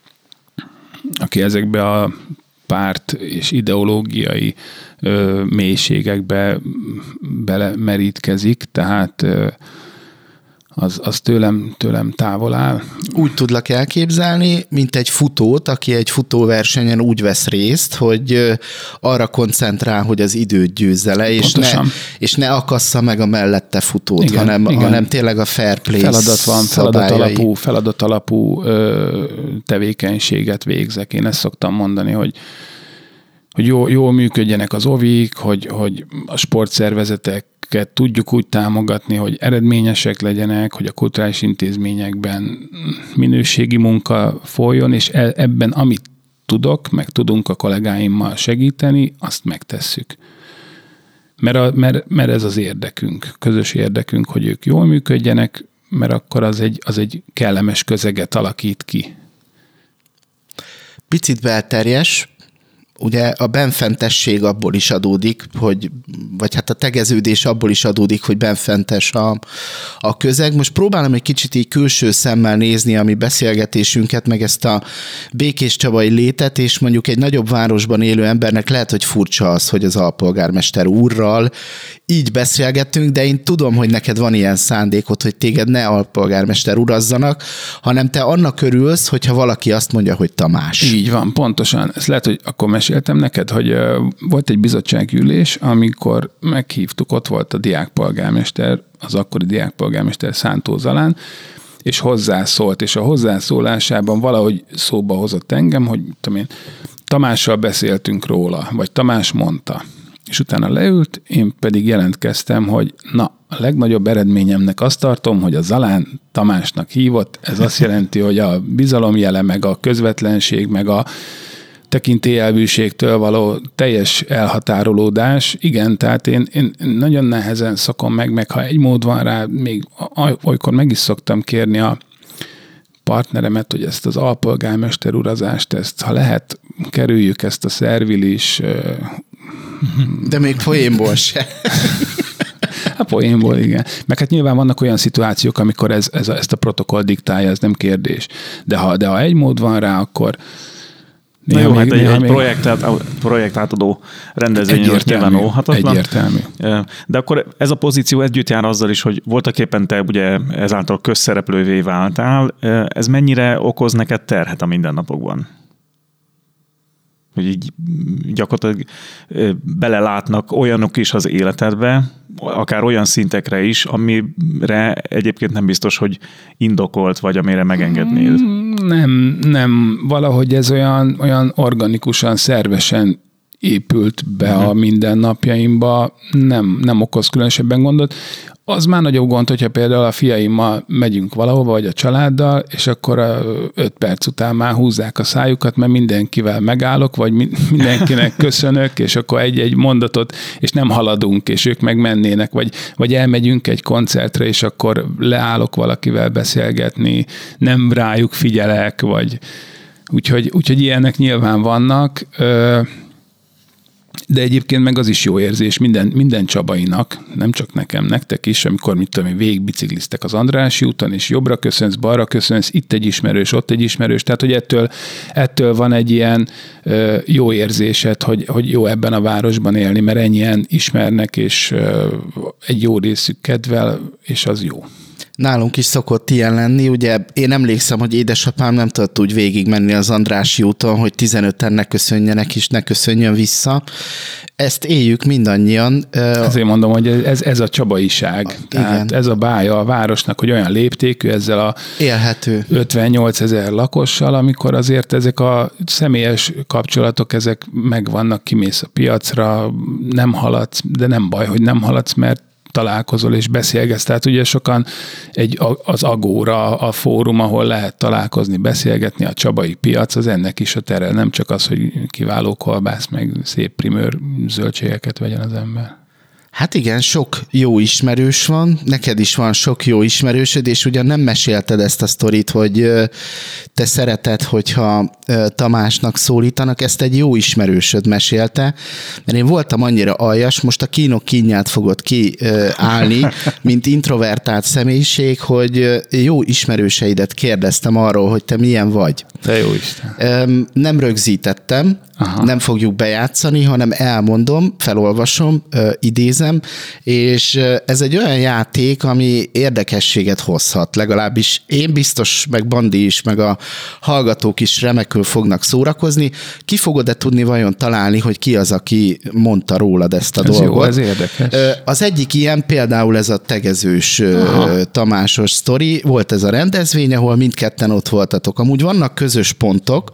ezekbe a párt és ideológiai mélységekbe belemerítkezik, tehát az tőlem távol áll. Úgy tudlak elképzelni, mint egy futót, aki egy futóversenyen úgy vesz részt, hogy arra koncentrál, hogy az időt győzze le, és ne akassza meg a mellette futót, igen. hanem tényleg a fair play feladat alapú tevékenységet végzek. Én ezt szoktam mondani, hogy jól működjenek az ovik, hogy a sportszervezetek tudjuk úgy támogatni, hogy eredményesek legyenek, hogy a kulturális intézményekben minőségi munka folyjon, és ebben, amit meg tudunk a kollégáimmal segíteni, azt megtesszük. Mert ez az érdekünk, közös érdekünk, hogy ők jól működjenek, mert akkor az egy kellemes közeget alakít ki. Picit belterjes, ugye a benfentesség abból is adódik, vagy hát a tegeződés abból is adódik, hogy benfentes a közeg. Most próbálom egy kicsit így külső szemmel nézni a mi beszélgetésünket, meg ezt a Békés Csabai létet, és mondjuk egy nagyobb városban élő embernek lehet, hogy furcsa az, hogy az alpolgármester úrral így beszélgettünk, de én tudom, hogy neked van ilyen szándékod, hogy téged ne alpolgármester urazzanak, hanem te annak örülsz, hogyha valaki azt mondja, hogy Tamás. Így van, pontosan. Ez lehet, hogy akkor meséltem neked, hogy volt egy bizottságülés, amikor meghívtuk, ott volt a diákpolgármester, az akkori diákpolgármester Szántó Zalán, és hozzászólt, és a hozzászólásában valahogy szóba hozott engem, hogy Tamással beszéltünk róla, vagy Tamás mondta. És utána leült, én pedig jelentkeztem, hogy a legnagyobb eredményemnek azt tartom, hogy a Zalán Tamásnak hívott, ez azt jelenti, hogy a bizalomjele, meg a közvetlenség, meg a tekintélyelvűségtől való teljes elhatárolódás, igen, tehát én nagyon nehezen szakom meg ha egy mód van rá, még olykor meg is szoktam kérni a partneremet, hogy ezt az alpolgármester urazást, ezt ha lehet, kerüljük ezt a szervilis... De még poénból se. A poénból, igen. Meg hát nyilván vannak olyan szituációk, amikor ezt a protokoll diktálja, ez nem kérdés. De ha egy mód van rá, akkor... Na jó, hát egy projektátadó rendezvény nyilván óhatatlan. Egyértelmű. De akkor ez a pozíció együtt jár azzal is, hogy voltaképpen te ugye ezáltal közszereplővé váltál. Ez mennyire okoz neked terhet a mindennapokban? Hogy így gyakorlatilag belelátnak olyanok is az életedbe, akár olyan szintekre is, amire egyébként nem biztos, hogy indokolt, vagy amire megengednéd. Nem. Valahogy ez olyan organikusan, szervesen épült be a mindennapjaimba, nem okoz különösebben gondot. Az már nagyobb gond, hogyha például a fiaimmal megyünk valahova, vagy a családdal, és akkor 5 perc után már húzzák a szájukat, mert mindenkivel megállok, vagy mindenkinek köszönök, és akkor egy mondatot, és nem haladunk, és ők meg mennének, vagy elmegyünk egy koncertre, és akkor leállok valakivel beszélgetni, nem rájuk figyelek, vagy úgyhogy ilyenek nyilván vannak. De egyébként meg az is jó érzés minden csabainak, nem csak nekem, nektek is, amikor végigbicikliztek az Andrássy úton, és jobbra köszönsz, balra köszönsz, itt egy ismerős, ott egy ismerős, tehát hogy ettől van egy ilyen jó érzésed, hogy jó ebben a városban élni, mert ennyien ismernek, és egy jó részük kedvel, és az jó. Nálunk is szokott ilyen lenni, ugye én emlékszem, hogy édesapám nem tudott úgy végig menni az Andrássy úton, hogy 15-en ne köszönjenek és ne köszönjön vissza. Ezt éljük mindannyian. Azért mondom, hogy ez a csabaiság. Tehát igen. ez a bája a városnak, hogy olyan léptékű ezzel a élhető 58 000 lakossal, amikor azért ezek a személyes kapcsolatok, ezek megvannak, kimész a piacra, nem haladsz, de nem baj, hogy nem haladsz, mert találkozol és beszélgetsz. Tehát ugye sokan az Agóra, a fórum, ahol lehet találkozni, beszélgetni, a csabai piac, az ennek is a tere. Nem csak az, hogy kiváló kolbász, meg szép primőr zöldségeket vegyen az ember. Hát igen, sok jó ismerős van, neked is van sok jó ismerősöd, és ugyan nem mesélted ezt a sztorit, hogy te szereted, hogyha Tamásnak szólítanak, ezt egy jó ismerősöd mesélte, mert én voltam annyira aljas, most a kínok kínját fogod kiállni, mint introvertált személyiség, hogy jó ismerőseidet kérdeztem arról, hogy te milyen vagy. Te jó Isten. Nem rögzítettem, nem fogjuk bejátszani, hanem elmondom, felolvasom, idézem, és ez egy olyan játék, ami érdekességet hozhat. Legalábbis én biztos, meg Bandi is, meg a hallgatók is remekül fognak szórakozni. Ki fogod-e tudni vajon találni, hogy ki az, aki mondta rólad ezt a dolgot? Jó, ez érdekes. Az egyik ilyen például ez a tegezős Tamásos sztori. Volt ez a rendezvény, ahol mindketten ott voltatok. Amúgy vannak közös pontok,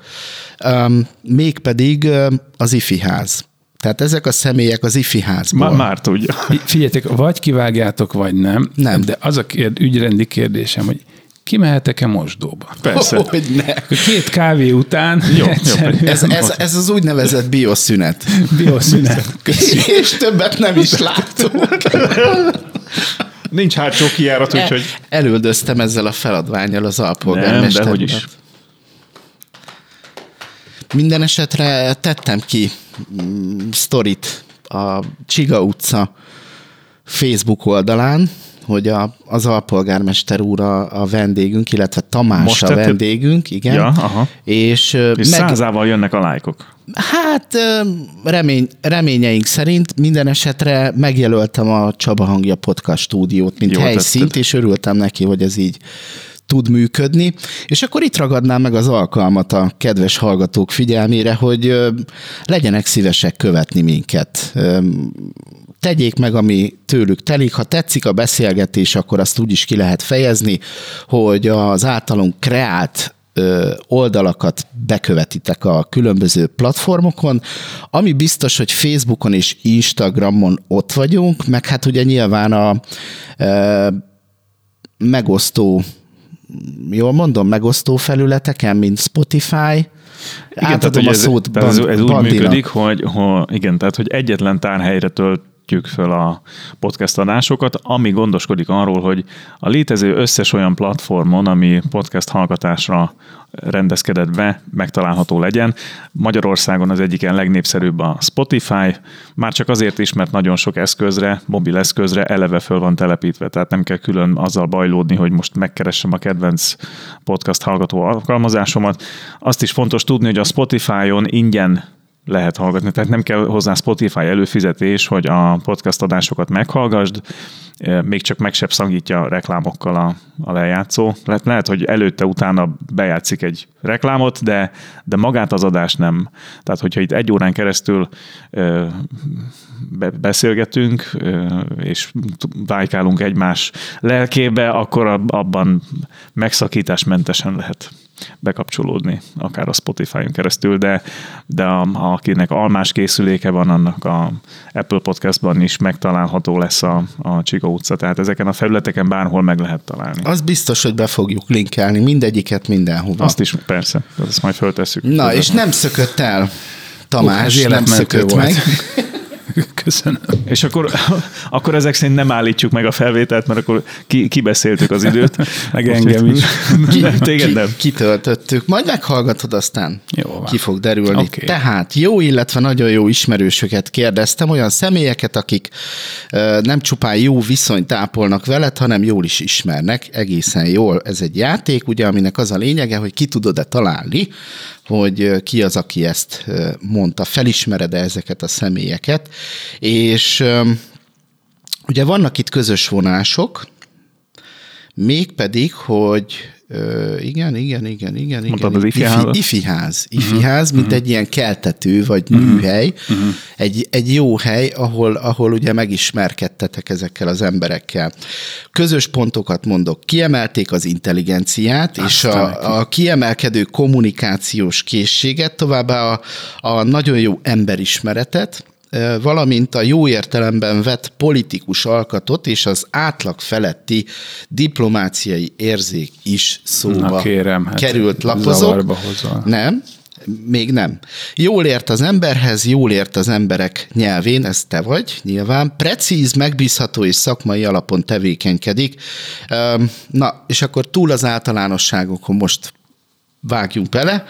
mégpedig az ifi ház. Tehát ezek a személyek az ifi házból. Már tudja. Figyeljetek, vagy kivágjátok, vagy nem. Nem. De az a ügyrendi kérdésem, hogy kimehetek-e mosdóba? Persze. Hogy ne. 2 kávé után Jó. Ez az úgynevezett bioszünet. Bioszünet. És többet nem is látunk. Nincs hátsó kijárat, úgyhogy... Elüldöztem ezzel a feladvánnyal az alpolgármestert. Nem, de hogy is. Minden esetre tettem ki sztorit a Csiga utca Facebook oldalán, hogy az alpolgármester úr a vendégünk, illetve Tamás most a vendégünk, igen. Ja, aha. És 100-ával jönnek a lájkok. Hát reményeink szerint minden esetre megjelöltem a Csaba Hangja Podcast stúdiót, mint Jól helyszínt, tetted. és örültem neki, hogy ez így tud működni. És akkor itt ragadnám meg az alkalmat a kedves hallgatók figyelmére, hogy legyenek szívesek követni minket. Tegyék meg, ami tőlük telik. Ha tetszik a beszélgetés, akkor azt úgy is ki lehet fejezni, hogy az általunk kreált oldalakat bekövetitek a különböző platformokon. Ami biztos, hogy Facebookon és Instagramon ott vagyunk, meg hát ugye nyilván a megosztó, jól mondom, megosztó felületeken, mint Spotify. Igen, tehát, a szót ez úgy működik, hogy igen, tehát hogy egyetlen tárhelyre töltjük föl a podcast adásokat, ami gondoskodik arról, hogy a létező összes olyan platformon, ami podcast hallgatásra rendezkedett be, megtalálható legyen. Magyarországon az egyik ilyen legnépszerűbb a Spotify, már csak azért is, mert nagyon sok eszközre, mobil eszközre eleve föl van telepítve, tehát nem kell külön azzal bajlódni, hogy most megkeressem a kedvenc podcast hallgató alkalmazásomat. Azt is fontos tudni, hogy a Spotify-on ingyen lehet hallgatni, tehát nem kell hozzá Spotify előfizetés, hogy a podcast adásokat meghallgasd, még csak meg sem szagítja reklámokkal a lejátszó. Lehet, hogy előtte-utána bejátszik egy reklámot, de magát az adást nem. Tehát, hogyha itt 1 órán keresztül beszélgetünk, és vájkálunk egymás lelkébe, akkor abban megszakításmentesen lehet bekapcsolódni, akár a Spotify-on keresztül, de akinek almás készüléke van, annak a Apple Podcastban is megtalálható lesz a Csiga utca, tehát ezeken a felületeken bárhol meg lehet találni. Az biztos, hogy be fogjuk linkelni mindegyiket mindenhova. Azt is, persze, ezt majd föltesszük. Na, és nem szökött el, Tamás, nem szökött meg. Köszönöm. És akkor ezek szerint nem állítjuk meg a felvételt, mert akkor kibeszéltük az időt. Meg engem is. Téged nem. Kitöltöttük. Majd meghallgatod, aztán Jó, ki fog derülni. Okay. Tehát jó, illetve nagyon jó ismerősöket kérdeztem, olyan személyeket, akik nem csupán jó viszonyt ápolnak veled, hanem jól is ismernek, egészen jól. Ez egy játék, ugye, aminek az a lényege, hogy ki tudod-e találni, hogy ki az, aki ezt mondta, felismered-e ezeket a személyeket, és ugye vannak itt közös vonások, mégpedig, hogy igen. Mondtad az ifiházat? Ifiház, mint egy ilyen keltető, vagy műhely. Egy jó hely, ahol ugye megismerkedtetek ezekkel az emberekkel. Közös pontokat mondok. Kiemelték az intelligenciát, és a kiemelkedő kommunikációs készséget, továbbá a nagyon jó emberismeretet, valamint a jó értelemben vett politikus alkatot és az átlag feletti diplomáciai érzék is szóba került. Lapozok. Nem, még nem. Jól ért az emberhez, jól ért az emberek nyelvén, ez te vagy, nyilván. Precíz, megbízható és szakmai alapon tevékenykedik. Na, és akkor túl az általánosságokon most vágjunk bele.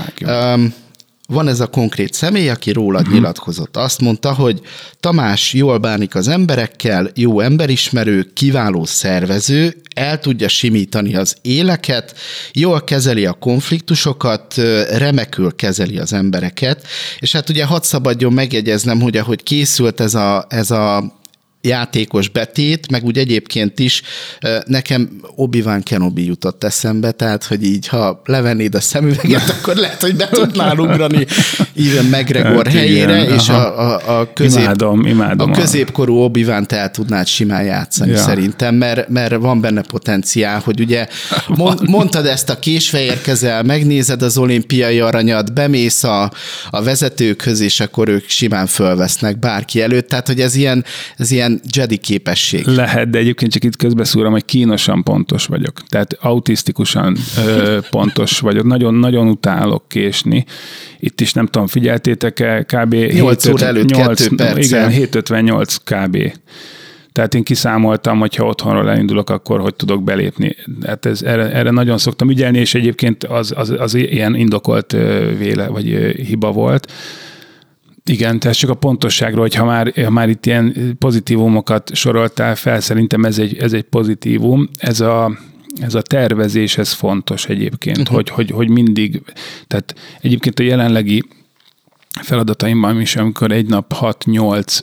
Van ez a konkrét személy, aki rólad nyilatkozott. Azt mondta, hogy Tamás jól bánik az emberekkel, jó emberismerő, kiváló szervező, el tudja simítani az éleket, jól kezeli a konfliktusokat, remekül kezeli az embereket, és hát ugye hadd szabadjon megjegyeznem, hogy ahogy készült ez a játékos betét, meg úgy egyébként is nekem Obi-Wan Kenobi jutott eszembe, tehát, hogy így, ha levennéd a szemüveget, akkor lehet, hogy be tudnál ugrani Ian McGregor helyére, és a középkorú Obi-Wan-t el tudnád simán játszani szerintem, mert van benne potenciál, hogy ugye mondtad ezt a késfehérkezel, megnézed az olimpiai aranyat, bemész a vezetőkhöz, és akkor ők simán fölvesznek bárki előtt, tehát, hogy ez ilyen Jedi képesség. Lehet, de egyébként csak itt közbeszúrom, hogy kínosan pontos vagyok. Tehát autisztikusan pontos vagyok. Nagyon-nagyon utálok késni. Itt is nem tudom, figyeltétek-e, kb. 8 óra előtt 2 perccel. Igen, 7:58 kb. Tehát én kiszámoltam, hogyha otthonról elindulok, akkor hogy tudok belépni. Hát erre nagyon szoktam ügyelni, és egyébként az ilyen indokolt vagy hiba volt. Igen, tehát csak a pontosságról, hogy ha már itt ilyen pozitívumokat soroltál fel, szerintem ez egy pozitívum. Ez a tervezés, ez fontos egyébként, hogy mindig, tehát egyébként a jelenlegi feladataimban is, amikor egy nap 6-8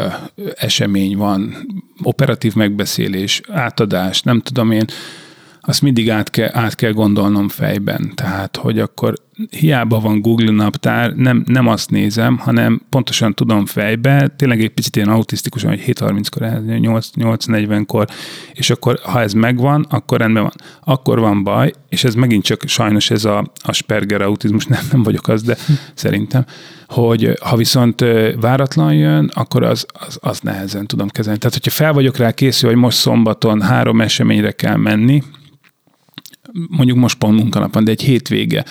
esemény van, operatív megbeszélés, átadás, nem tudom én, azt mindig át kell gondolnom fejben. Tehát, hogy akkor hiába van Google naptár, nem azt nézem, hanem pontosan tudom fejbe, tényleg egy picit ilyen autisztikusan, hogy 7:30-kor, 8:40-kor, és akkor, ha ez megvan, akkor rendben van. Akkor van baj, és ez megint csak sajnos ez a Asperger autizmus, nem vagyok az, de szerintem, hogy ha viszont váratlan jön, akkor az nehezen tudom kezelni. Tehát, hogyha fel vagyok rá készül, hogy most szombaton 3 eseményre kell menni, mondjuk most pont munkanap van, de egy hétvége,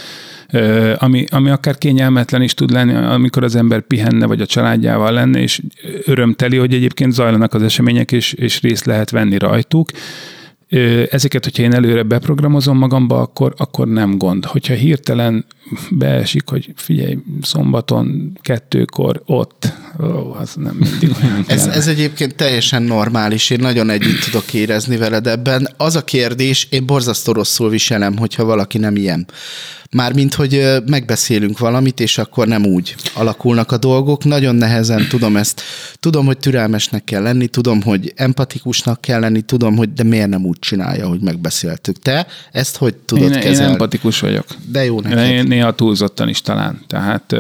ami akár kényelmetlen is tud lenni, amikor az ember pihenne, vagy a családjával lenne, és örömteli, hogy egyébként zajlanak az események, és részt lehet venni rajtuk. Ezeket, hogyha én előre beprogramozom magamba, akkor nem gond. Hogyha hirtelen beesik, hogy figyelj, szombaton 2-kor ott, az nem mindig olyan ez egyébként teljesen normális, én nagyon együtt tudok érezni veled ebben. Az a kérdés, én borzasztó rosszul viselem, hogyha valaki nem ilyen. Mármint, hogy megbeszélünk valamit, és akkor nem úgy alakulnak a dolgok. Nagyon nehezen tudom ezt. Tudom, hogy türelmesnek kell lenni, tudom, hogy empatikusnak kell lenni, tudom, hogy de miért nem úgy csinálja, hogy megbeszéltük. Te ezt hogy tudod kezelni? Én empatikus vagyok. De jó neked. Néha túlzottan is talán. Tehát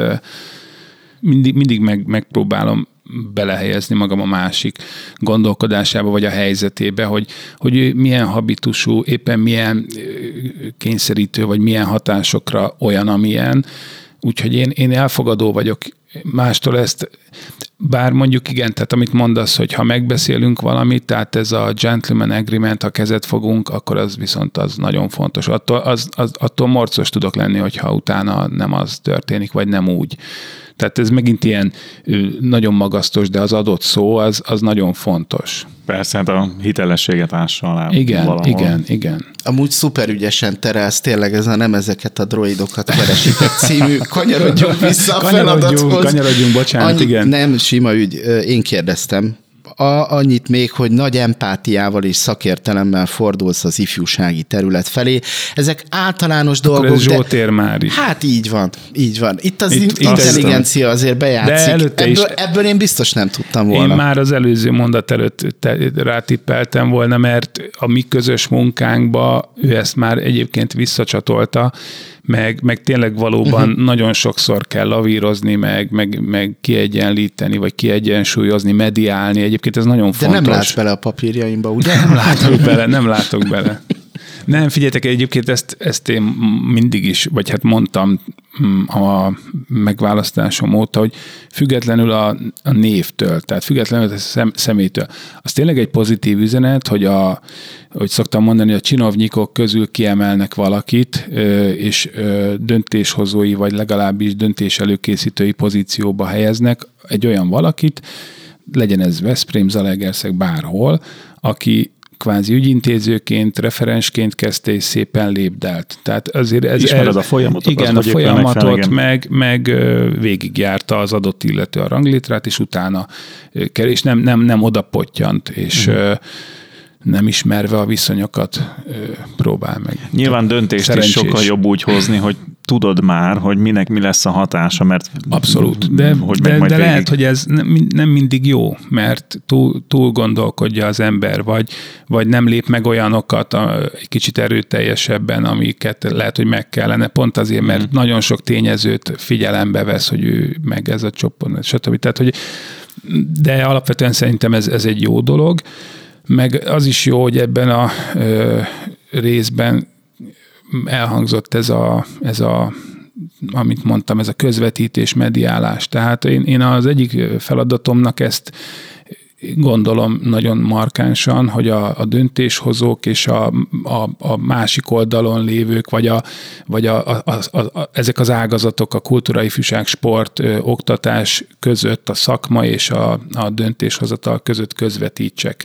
mindig megpróbálom belehelyezni magam a másik gondolkodásába, vagy a helyzetébe, hogy milyen habitusú, éppen milyen kényszerítő, vagy milyen hatásokra olyan, amilyen. Úgyhogy én elfogadó vagyok mástól ezt, bár mondjuk igen, tehát amit mondasz, hogy ha megbeszélünk valamit, tehát ez a gentleman agreement, ha kezet fogunk, akkor az viszont az nagyon fontos. Attól morcos tudok lenni, hogyha utána nem az történik, vagy nem úgy. Tehát ez megint ilyen nagyon magasztos, de az adott szó az nagyon fontos. Persze, hát a hitelességet ássa alá. Igen. Amúgy szuper ügyesen terelsz, tényleg ez a nem ezeket a droidokat keresitek című. Kanyarodjunk vissza a feladathoz. Kanyarodjunk, bocsánat, igen. Nem, sima ügy. Én kérdeztem. Annyit még, hogy nagy empátiával és szakértelemmel fordulsz az ifjúsági terület felé. Ezek általános akkor dolgok, ez Zsoltér már is. Hát így van. Itt az intelligencia azért bejátszik. Ebből én biztos nem tudtam volna. Én már az előző mondat előtt rátippeltem volna, mert a mi közös munkánkba ő ezt már egyébként visszacsatolta, meg tényleg valóban nagyon sokszor kell lavírozni, meg kiegyenlíteni, vagy kiegyensúlyozni, mediálni. Egyébként ez nagyon fontos. De nem látsz bele a papírjaimba, ugye? Nem látok bele. Nem, figyeljetek, egyébként ezt én mindig is, vagy hát mondtam a megválasztásom óta, hogy függetlenül a névtől, tehát függetlenül a személytől. Az tényleg egy pozitív üzenet, hogy hogy szoktam mondani, a csinovnyikok közül kiemelnek valakit, és döntéshozói, vagy legalábbis döntés előkészítői pozícióba helyeznek egy olyan valakit, legyen ez Veszprém, Zalaegerszeg, bárhol, aki kvázi ügyintézőként, referensként kezdte és szépen lépdelt. Tehát azért ismered a folyamatot. Igen, a folyamatot, meg végigjárta az adott illető a ranglétrát, és utána és nem oda pottyant, és nem ismerve a viszonyokat próbál meg. Nyilván döntést is sokkal jobb úgy hozni, hogy tudod már, hogy minek mi lesz a hatása, mert... Abszolút, de lehet, hogy ez nem mindig jó, mert túl gondolkodja az ember, vagy nem lép meg olyanokat egy kicsit erőteljesebben, amiket lehet, hogy meg kellene, pont azért, mert nagyon sok tényezőt figyelembe vesz, hogy ő meg ez a csoport, stb. Tehát, hogy de alapvetően szerintem ez egy jó dolog, meg az is jó, hogy ebben a részben elhangzott ez a, amit mondtam, ez a közvetítés, mediálás. Tehát én az egyik feladatomnak ezt gondolom nagyon markánsan, hogy a döntéshozók és a másik oldalon lévők, vagy ezek az ágazatok, a kultúra, ifjúság, sport, oktatás között, a szakma és a döntéshozatal között közvetítsek.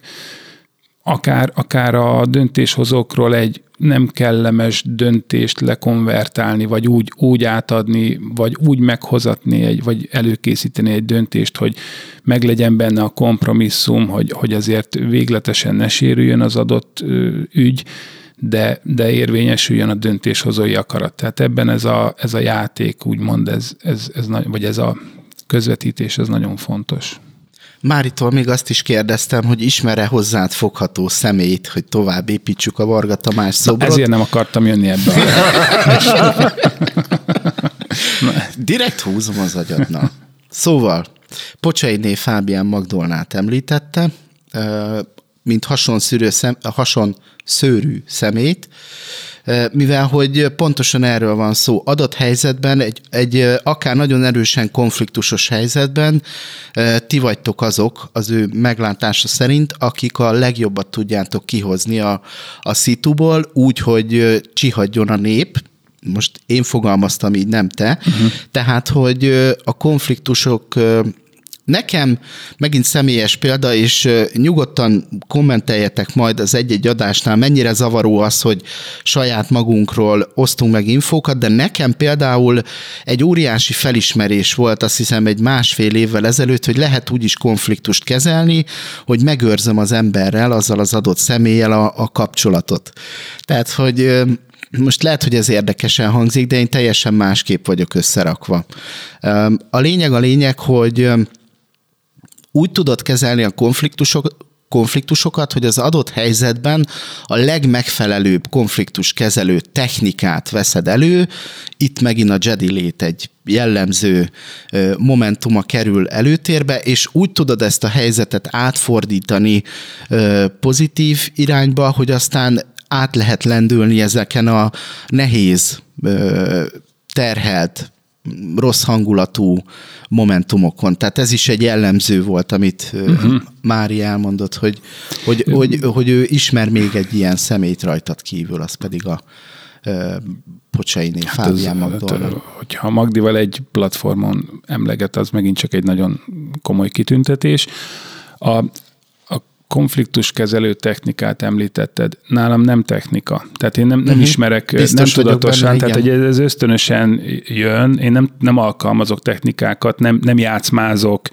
Akár a döntéshozókról egy nem kellemes döntést lekonvertálni, vagy úgy átadni, vagy úgy meghozatni, vagy előkészíteni egy döntést, hogy meglegyen benne a kompromisszum, hogy azért végletesen ne sérüljön az adott ügy, de érvényesüljön a döntéshozói akarat. Tehát ebben ez a játék, úgymond, vagy ez a közvetítés, ez nagyon fontos. Máritól még azt is kérdeztem, hogy ismer-e hozzád fogható személyt, hogy tovább építsük a Varga Tamás szobrot. Ezért nem akartam jönni ebbe. Direkt húzom az agyadna. Szóval, Pocsainé Fábián Magdolnát említette, mint hasonszőrű szemét, mivel hogy pontosan erről van szó. Adott helyzetben, egy akár nagyon erősen konfliktusos helyzetben ti vagytok azok, az ő meglátása szerint, akik a legjobbat tudjátok kihozni a szituból, úgy, hogy csihadjon a nép. Most én fogalmaztam így, nem te. Tehát, hogy a konfliktusok... Nekem megint személyes példa, és nyugodtan kommenteljetek majd az egy-egy adásnál, mennyire zavaró az, hogy saját magunkról osztunk meg infókat, de nekem például egy óriási felismerés volt, azt hiszem egy 1,5 évvel ezelőtt, hogy lehet úgy is konfliktust kezelni, hogy megőrzöm az emberrel, azzal az adott személlyel a kapcsolatot. Tehát, hogy... Most lehet, hogy ez érdekesen hangzik, de én teljesen másképp vagyok összerakva. A lényeg, hogy úgy tudod kezelni a konfliktusokat, hogy az adott helyzetben a legmegfelelőbb konfliktuskezelő technikát veszed elő. Itt megint a Jedi lét egy jellemző momentuma kerül előtérbe, és úgy tudod ezt a helyzetet átfordítani pozitív irányba, hogy aztán át lehet lendülni ezeken a nehéz, terhelt, rossz hangulatú momentumokon. Tehát ez is egy jellemző volt, amit Mári elmondott, hogy ő ismer még egy ilyen személyt rajtad kívül, az pedig a Pocsainé, Fábián Magdolnak. Hogyha Magdival egy platformon emleget, az megint csak egy nagyon komoly kitüntetés. A konfliktuskezelő technikát említetted. Nálam nem technika. Tehát én nem ismerek, biztos nem tudatosan, benne, tehát ez ösztönösen jön. Én nem alkalmazok technikákat, nem játszmázok,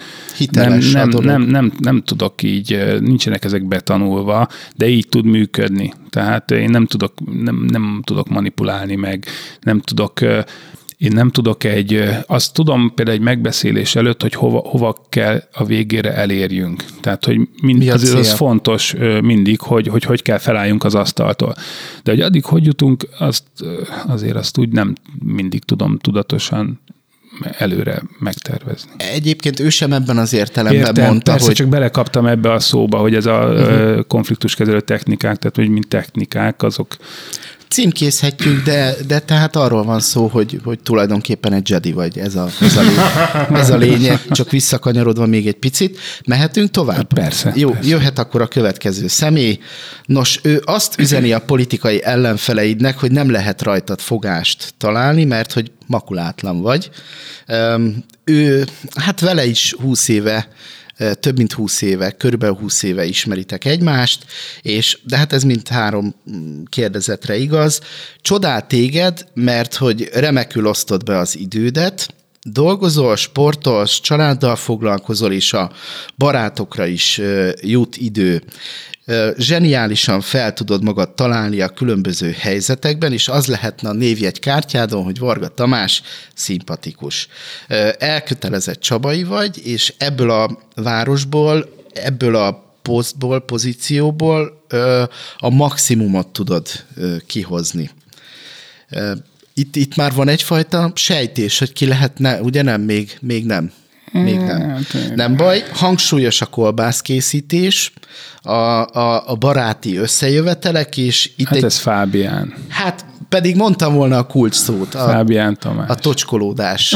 nem tudok így, nincsenek ezek betanulva, de így tud működni. Tehát én nem tudok manipulálni meg, én nem tudok azt tudom például egy megbeszélés előtt, hogy hova kell a végére elérjünk. Tehát, hogy az fontos mindig, hogy kell felálljunk az asztaltól. De hogy addig hogy jutunk, azt úgy nem mindig tudom tudatosan előre megtervezni. Egyébként ő sem ebben az értelemben mondta, persze, hogy... csak belekaptam ebbe a szóba, hogy ez a konfliktuskezelő technikák, tehát hogy mint technikák, azok... Címkézhetjük, de tehát arról van szó, hogy tulajdonképpen egy Jedi vagy, ez a lényeg, csak visszakanyarodva még egy picit. Mehetünk tovább? Persze. Jó, persze. Jöhet akkor a következő személy. Nos, ő azt üzeni a politikai ellenfeleidnek, hogy nem lehet rajtad fogást találni, mert hogy makulátlan vagy. Ő, hát vele is 20 éve, több mint 20 éve, körülbelül 20 éve ismeritek egymást, de hát ez mind 3 kérdezetre igaz. Csodál téged, mert hogy remekül osztod be az idődet, dolgozol, sportolsz, családdal foglalkozol, és a barátokra is jut idő. Zseniálisan fel tudod magad találni a különböző helyzetekben, és az lehetne a névjegykártyádon, hogy Varga Tamás szimpatikus. Elkötelezett csabai vagy, és ebből a városból, ebből a pozícióból a maximumot tudod kihozni. Itt már van egyfajta sejtés, hogy ki lehetne, ugye nem? Még nem. Nem baj. Hangsúlyos a kolbászkészítés, a baráti összejövetelek, és itt hát ez Fábián. Hát pedig mondtam volna a kulcs szót. Fábián Tamás. A tocskolódás.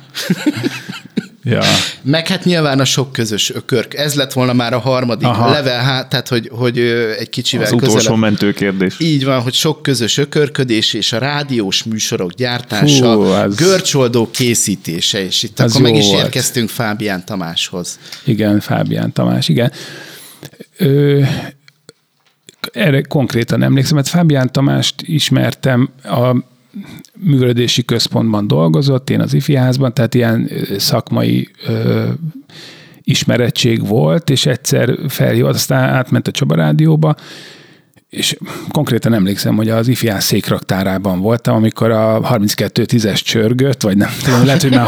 Ja. Meg hát nyilván a sok közös ökörk. Ez lett volna már a harmadik level, tehát hogy egy kicsivel közelebb. Az utolsó mentő kérdés. Így van, hogy sok közös ökörködés és a rádiós műsorok gyártása, görcsoldó készítése, és itt akkor meg is érkeztünk Fábián Tamáshoz. Igen, Fábián Tamás, igen. Erre konkrétan emlékszem, mert Fábián Tamást ismertem, a művelődési központban dolgozott, én az ifi házban, tehát ilyen szakmai ismerettség volt, és egyszer felhívott, aztán átment a Csaba Rádióba, és konkrétan emlékszem, hogy az ifi ház székraktárában voltam, amikor a 32-10-es csörgött, vagy nem tudom, lehet, hogy már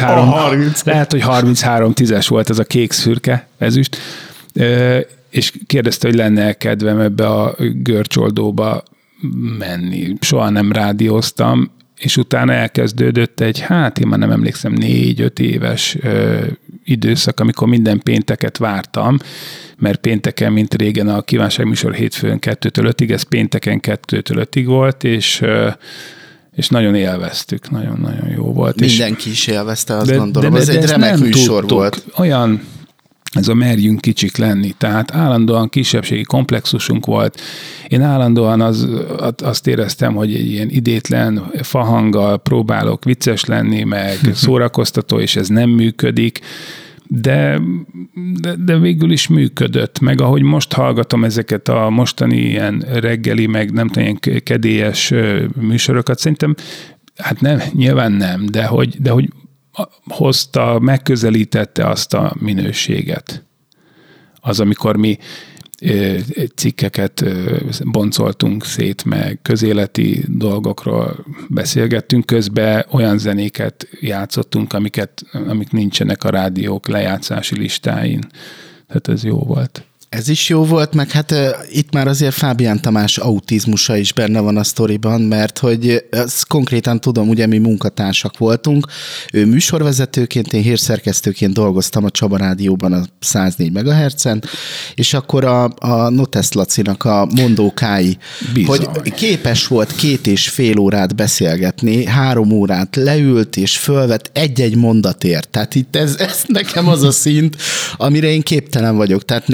33-10-es volt ez a kék-szürke ezüst, és kérdezte, hogy lenne kedvem ebbe a görcsoldóba menni. Soha nem rádióztam, és utána elkezdődött én már nem emlékszem, 4-5 éves időszak, amikor minden pénteket vártam, mert pénteken, mint régen a kívánságműsor hétfőn 2-től 5-ig, ez pénteken 2-től 5-ig volt, és nagyon élveztük, nagyon-nagyon jó volt. Mindenki is élvezte, azt gondolom. Ez egy remek műsor volt. Olyan, ez a merjünk kicsik lenni. Tehát állandóan kisebbségi komplexusunk volt. Én állandóan azt éreztem, hogy egy ilyen idétlen fahanggal próbálok vicces lenni, meg szórakoztató, és ez nem működik. De végül is működött. Meg ahogy most hallgatom ezeket a mostani ilyen reggeli, meg nem tudom, ilyen kedélyes műsorokat, szerintem, hát nem, nyilván nem, de hogy hozta, megközelítette azt a minőséget. Az, amikor mi cikkeket boncoltunk szét, meg közéleti dolgokról beszélgettünk, közben olyan zenéket játszottunk, amik nincsenek a rádiók lejátszási listáin. Tehát ez jó volt. Ez is jó volt, meg hát itt már azért Fábián Tamás autizmusa is benne van a sztoriban, mert hogy azt konkrétan tudom, ugye mi munkatársak voltunk, ő műsorvezetőként, én hírszerkesztőként dolgoztam a Csaba Rádióban a 104 MHz-en, és akkor a Notesz Lacinak a mondókái, hogy képes volt 2,5 órát beszélgetni, 3 órát leült és fölvett egy-egy mondatért. Tehát itt ez nekem az a szint, amire én képtelen vagyok, tehát nem.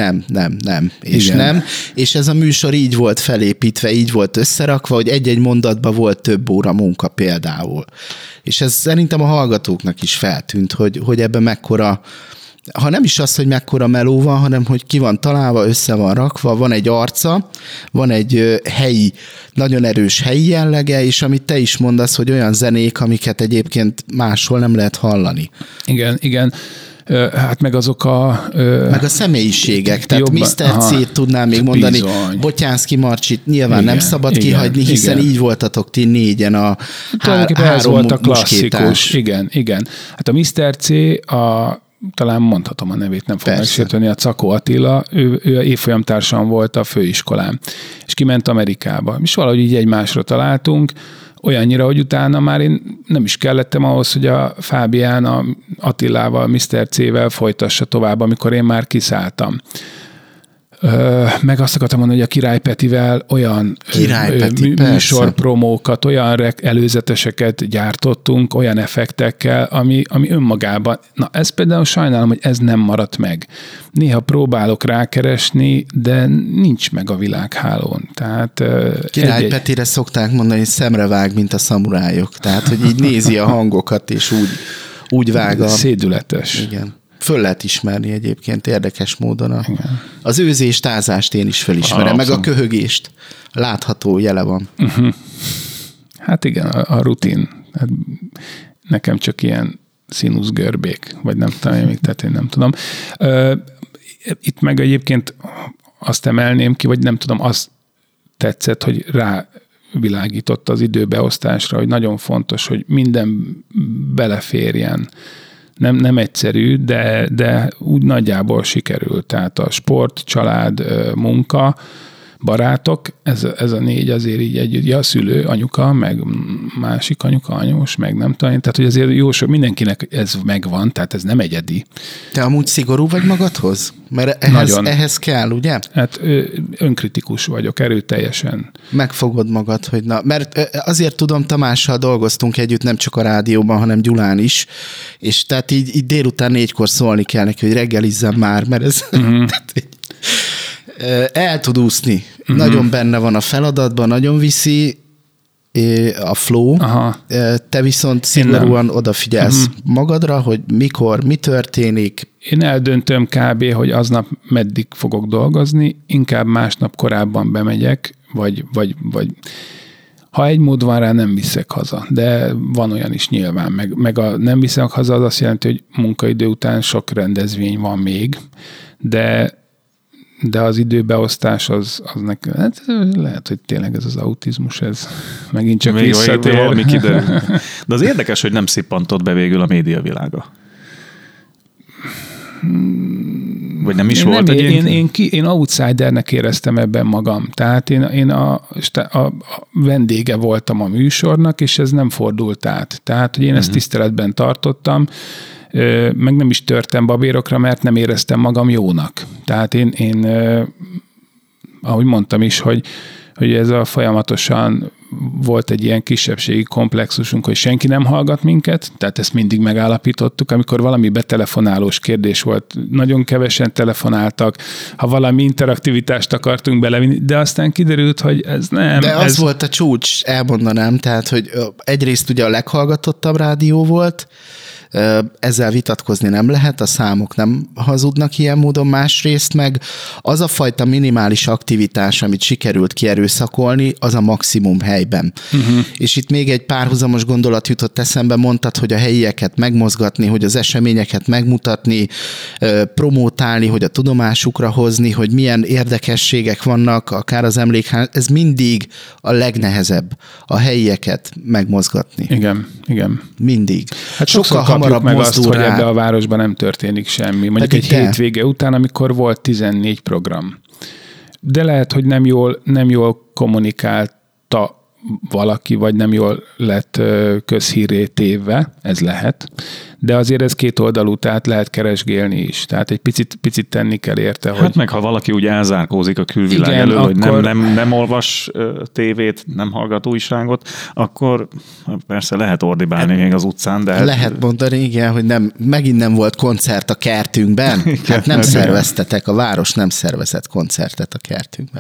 Nem. És Igen. nem. És ez a műsor így volt felépítve, így volt összerakva, hogy egy-egy mondatban volt több óra munka például. És ez szerintem a hallgatóknak is feltűnt, hogy ebben mekkora, ha nem is az, hogy mekkora meló van, hanem hogy ki van találva, össze van rakva, van egy arca, van egy helyi, nagyon erős helyi jellege, és amit te is mondasz, hogy olyan zenék, amiket egyébként máshol nem lehet hallani. Igen. Hát meg azok meg a személyiségek, tehát jobban, Mr. C-t tudnám még mondani, bizony. Botyánszky Marcsit nyilván nem szabad igen, kihagyni, hiszen igen. így voltatok ti négyen a Tulajdonképpen ez volt a muskétás. klasszikus. Igen. Hát a Mr. C, talán mondhatom a nevét, nem fog megsérteni, a Cakó Attila, ő évfolyamtársam volt a főiskolán, és kiment Amerikába. És valahogy így egymásra találtunk, olyannyira, hogy utána már én nem is kellettem ahhoz, hogy a Fábián a Attilával, Mr. C-vel folytassa tovább, amikor én már kiszálltam. Meg azt akartam mondani, hogy a Király Petivel olyan műsorpromókat, olyan előzeteseket gyártottunk, olyan effektekkel, ami önmagában, na ez például sajnálom, hogy ez nem maradt meg. Néha próbálok rákeresni, de nincs meg a világhálón. Tehát Király Petire szokták mondani, hogy szemrevág, mint a szamurájok. Tehát, hogy így nézi a hangokat, és úgy vág a... Szédületes. Igen. Föl lehet ismerni egyébként érdekes módon. Az őzést, tázást én is felismerem, meg a köhögést. Látható jele van. Uh-huh. Hát igen, a rutin. Hát nekem csak ilyen színuszgörbék, vagy nem tudom, még tehát én nem tudom. Itt meg egyébként azt emelném ki, vagy nem tudom, azt tetszett, hogy rávilágított az időbeosztásra, hogy nagyon fontos, hogy minden beleférjen. Nem egyszerű, de úgy nagyjából sikerült. Tehát a sport, család, munka, barátok, ez a négy azért így együtt, ja, szülő, anyuka, meg másik anyuka, anyós, meg nem tudom. Tehát, hogy azért jó sok, mindenkinek ez megvan, tehát ez nem egyedi. Te amúgy szigorú vagy magadhoz? Mert ehhez kell, ugye? Hát önkritikus vagyok, erőteljesen. Megfogod magad, hogy na, mert azért tudom, Tamással dolgoztunk együtt, nem csak a rádióban, hanem Gyulán is, és tehát így délután 4-kor szólni kell neki, hogy reggelizzem már, mert ez... el tud úszni. Nagyon benne van a feladatban, nagyon viszi a flow. Aha. Te viszont szigorúan odafigyelsz magadra, hogy mikor, mi történik. Én eldöntöm kb., hogy aznap meddig fogok dolgozni, inkább másnap korábban bemegyek, vagy ha egy mód van rá, nem viszek haza. De van olyan is nyilván. Meg a nem viszek haza, az azt jelenti, hogy munkaidő után sok rendezvény van még, de az időbeosztás az nekem, hát lehet, hogy tényleg ez az autizmus, ez megint csak visszatér. Valami kiderül. De az érdekes, hogy nem szippantott be végül a médiavilága. Vagy nem is volt én outsidernek éreztem ebben magam. Tehát én a vendége voltam a műsornak, és ez nem fordult át. Tehát, hogy én ezt tiszteletben tartottam, meg nem is törtem babérokra, mert nem éreztem magam jónak. Tehát én ahogy mondtam is, hogy ez a folyamatosan volt egy ilyen kisebbségi komplexusunk, hogy senki nem hallgat minket, tehát ezt mindig megállapítottuk, amikor valami betelefonálós kérdés volt, nagyon kevesen telefonáltak, ha valami interaktivitást akartunk belevinni, de aztán kiderült, hogy ez nem. De az volt a csúcs, elmondanám, tehát, hogy egyrészt ugye a leghallgatottabb rádió volt, ezzel vitatkozni nem lehet, a számok nem hazudnak ilyen módon, másrészt meg az a fajta minimális aktivitás, amit sikerült kierőszakolni, az a maximum helyben. És itt még egy párhuzamos gondolat jutott eszembe, mondtad, hogy a helyieket megmozgatni, hogy az eseményeket megmutatni, promótálni, hogy a tudomásukra hozni, hogy milyen érdekességek vannak, akár az emlékház, ez mindig a legnehezebb, a helyieket megmozgatni. Igen. Mindig. Hát sokkal hamarabb meg azt, hogy ebbe a városban nem történik semmi. Mondjuk egy hétvége után, amikor volt 14 program. De lehet, hogy nem jól kommunikálta valaki, vagy nem jól lett közhírré tévve, ez lehet, de azért ez két oldalú, tehát lehet keresgélni is. Tehát egy picit tenni kell érte, Hát hogy... meg ha valaki úgy elzárkózik a külvilág Igen, elől, hogy akkor- nem olvas tévét, nem hallgat újságot, akkor persze lehet ordibálni még az utcán, de... Lehet mondani, igen, hogy megint nem volt koncert a kertünkben. Hát nem igen. szerveztetek, a város nem szervezett koncertet a kertünkben.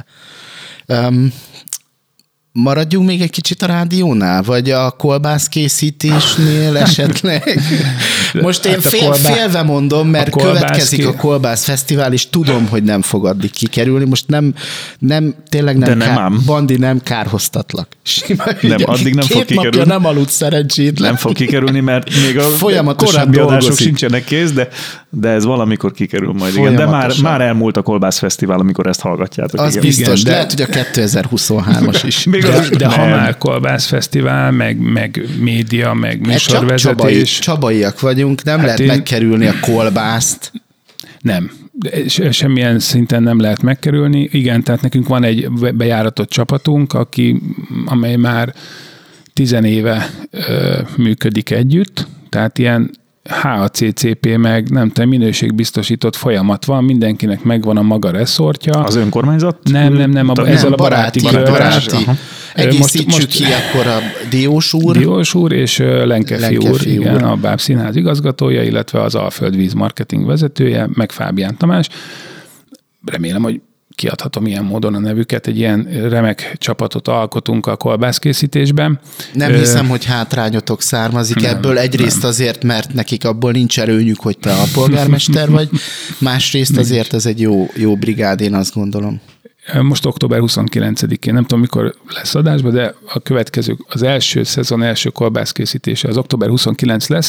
Maradjunk még egy kicsit a rádiónál, vagy a kolbászkészítésnél esetleg? Most én félve mondom, mert következik a Kolbász Fesztivál, és tudom, hogy nem fog addig kikerülni. Most nem tényleg nem, De nem ám. Bandi, nem kárhoztatlak. Sima, Nem, addig nem fog 2 napja kikerülni. nem aludt szerencsétlen. Nem fog kikerülni, mert még a Folyamatosan korábbi adások dolgozik. sincsenek kész, de ez valamikor kikerül majd. Igen. De már elmúlt a Kolbász Fesztivál, amikor ezt hallgatjátok. Az igen. biztos, de- lehet, hogy a 2023-as is. Még De ha nem. már Kolbászfesztivál, meg média, meg Csak műsorvezetés... csabaiak vagyunk, nem lehet én- megkerülni a kolbászt. Nem. Semmilyen szinten nem lehet megkerülni. Igen, tehát nekünk van egy bejáratott csapatunk, amely már 10 éve működik együtt, tehát ilyen HACCP meg nem tudom, minőségbiztosított folyamat van, mindenkinek megvan a maga reszortja. Az önkormányzat? Nem, ezzel a baráti körrel. baráti. Aha. Egészítsük Most- ki akkor a Diós úr. Diós úr és Lenkefi úr, Lenkefi igen, úr. a Báb Színház igazgatója, illetve az Alföld Víz marketing vezetője, meg Fábián Tamás. Remélem, hogy kiadhatom ilyen módon a nevüket, egy ilyen remek csapatot alkotunk a kolbászkészítésben. Nem hiszem, hogy hátrányotok származik ebből. Egyrészt azért, mert nekik abból nincs erőnyük, hogy te a polgármester vagy. Másrészt azért ez egy jó brigád, én azt gondolom. Most október 29-én, nem tudom, mikor lesz adásban, de a következő, az első szezon első kolbászkészítése az október 29 lesz.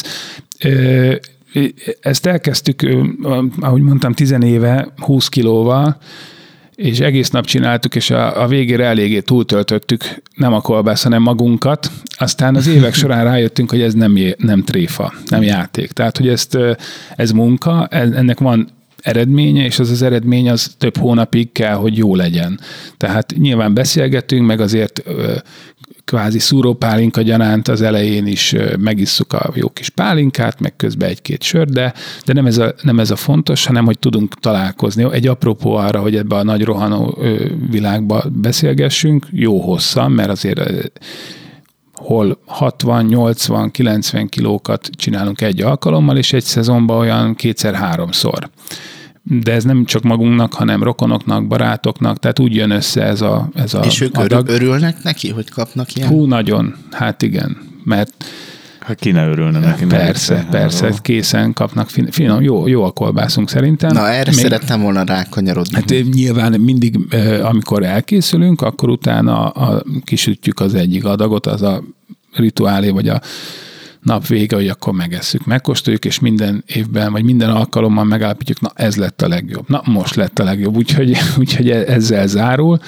Ezt elkezdtük, ahogy mondtam, 10 éve 20 kilóval, és egész nap csináltuk, és a végére eléggé túltöltöttük, nem a kolbász, hanem magunkat. Aztán az évek során rájöttünk, hogy ez nem tréfa, nem játék. Tehát, hogy ez munka, ennek van eredménye, és az eredmény az több hónapig kell, hogy jó legyen. Tehát nyilván beszélgetünk, meg azért kvázi szúrópálinka gyanánt az elején is megisszuk a jó kis pálinkát, meg közben egy-két sör, de nem ez a fontos, hanem hogy tudunk találkozni. Egy apropó arra, hogy ebbe a nagy rohanó világba beszélgessünk, jó hosszan, mert azért hol 60, 80, 90 kilókat csinálunk egy alkalommal, és egy szezonban olyan 2-3-szor. De ez nem csak magunknak, hanem rokonoknak, barátoknak, tehát úgy jön össze ez a És ők adag. örülnek neki, hogy kapnak ilyen? Hú, nagyon, hát igen, mert Hát ki ne örülne neki. persze, készen kapnak finom, jó a kolbászunk szerintem. Na, erre szerettem volna rákanyarodni. Hát nyilván mindig, amikor elkészülünk, akkor utána kisütjük az egyik adagot, az a rituálé, vagy a nap vége, hogy akkor megesszük, megkóstoljuk, és minden évben, vagy minden alkalommal megállapítjuk, na ez lett a legjobb. Na most lett a legjobb, úgyhogy ezzel zárul.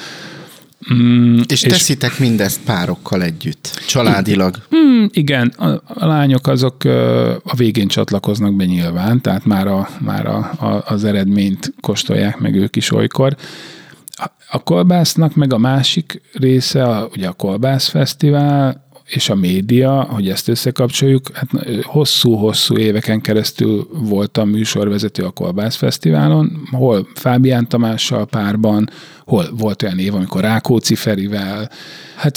És teszitek mindezt párokkal együtt, családilag. Igen, a lányok azok a végén csatlakoznak be nyilván, tehát már az eredményt kóstolják meg ők is olykor. A kolbásznak meg a másik része, ugye a Kolbászfesztivál és a média, hogy ezt összekapcsoljuk, hát hosszú-hosszú éveken keresztül voltam műsorvezető a Kolbászfesztiválon, hol Fábián Tamással párban, hol volt olyan év, amikor Rákóczi Ferivel. Hát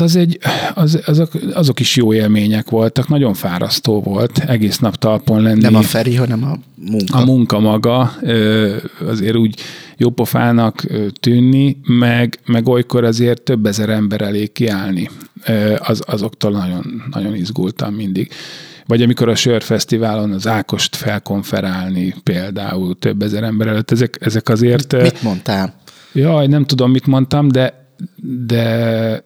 azok is jó élmények voltak, nagyon fárasztó volt egész nap talpon lenni. Nem a Feri, hanem a munka. A munka maga azért úgy jópofának tűnni, meg olykor azért több ezer ember elé kiállni. Azoktól nagyon, nagyon izgultam mindig. Vagy amikor a Sörfesztiválon az Ákost felkonferálni például több ezer ember előtt, ezek azért... Mit mondtál? Jaj, nem tudom, mit mondtam, de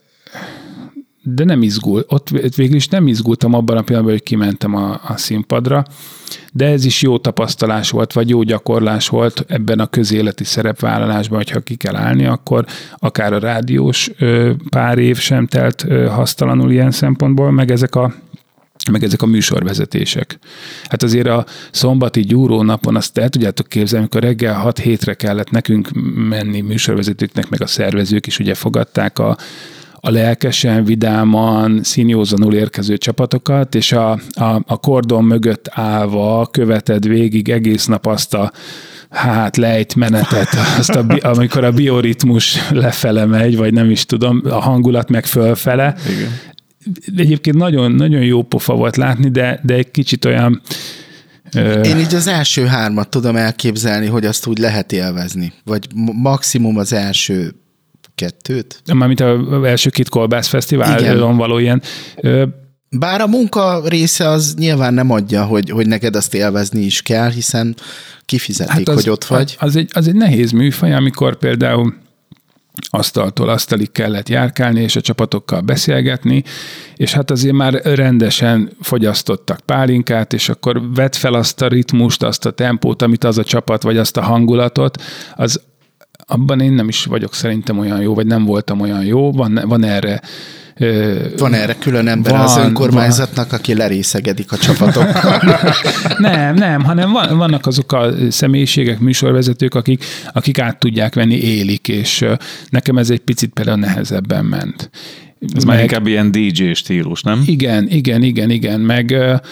nem izgult. Ott végül is nem izgultam abban a pillanatban, hogy kimentem a színpadra, de ez is jó tapasztalás volt, vagy jó gyakorlás volt ebben a közéleti szerepvállalásban, hogyha ki kell állni, akkor akár a rádiós pár év sem telt hasztalanul ilyen szempontból, meg ezek a műsorvezetések. Hát azért a szombati gyúró napon azt el tudjátok képzelni, amikor reggel 6 hétre kellett nekünk menni műsorvezetőknek, meg a szervezők is ugye fogadták a lelkesen, vidáman, színjózanul érkező csapatokat, és a kordon mögött állva követed végig egész nap azt a lejtmenetet, amikor a bioritmus lefele megy, vagy nem is tudom, a hangulat meg fölfele. Igen. Egyébként nagyon, nagyon jó pofa volt látni, de egy kicsit olyan... Én így az első 3 tudom elképzelni, hogy azt úgy lehet élvezni. Vagy maximum az első 2. Mármint az első 2 kolbászfesztiválon való ilyen... Bár a munka része az nyilván nem adja, hogy neked azt élvezni is kell, hiszen kifizetik, hogy ott vagy. Az egy nehéz műfaj, amikor például asztaltól asztalig kellett járkálni, és a csapatokkal beszélgetni, és hát azért már rendesen fogyasztottak pálinkát, és akkor vedd fel azt a ritmust, azt a tempót, amit az a csapat, vagy azt a hangulatot, abban én nem is vagyok szerintem olyan jó, vagy nem voltam olyan jó, van erre van erre külön ember az önkormányzatnak, aki lerészegedik a csapatokkal. Nem, hanem vannak azok a személyiségek, műsorvezetők, akik át tudják venni, élik, és nekem ez egy picit például nehezebben ment. Ez már inkább ilyen DJ stílus, nem? Igen, meg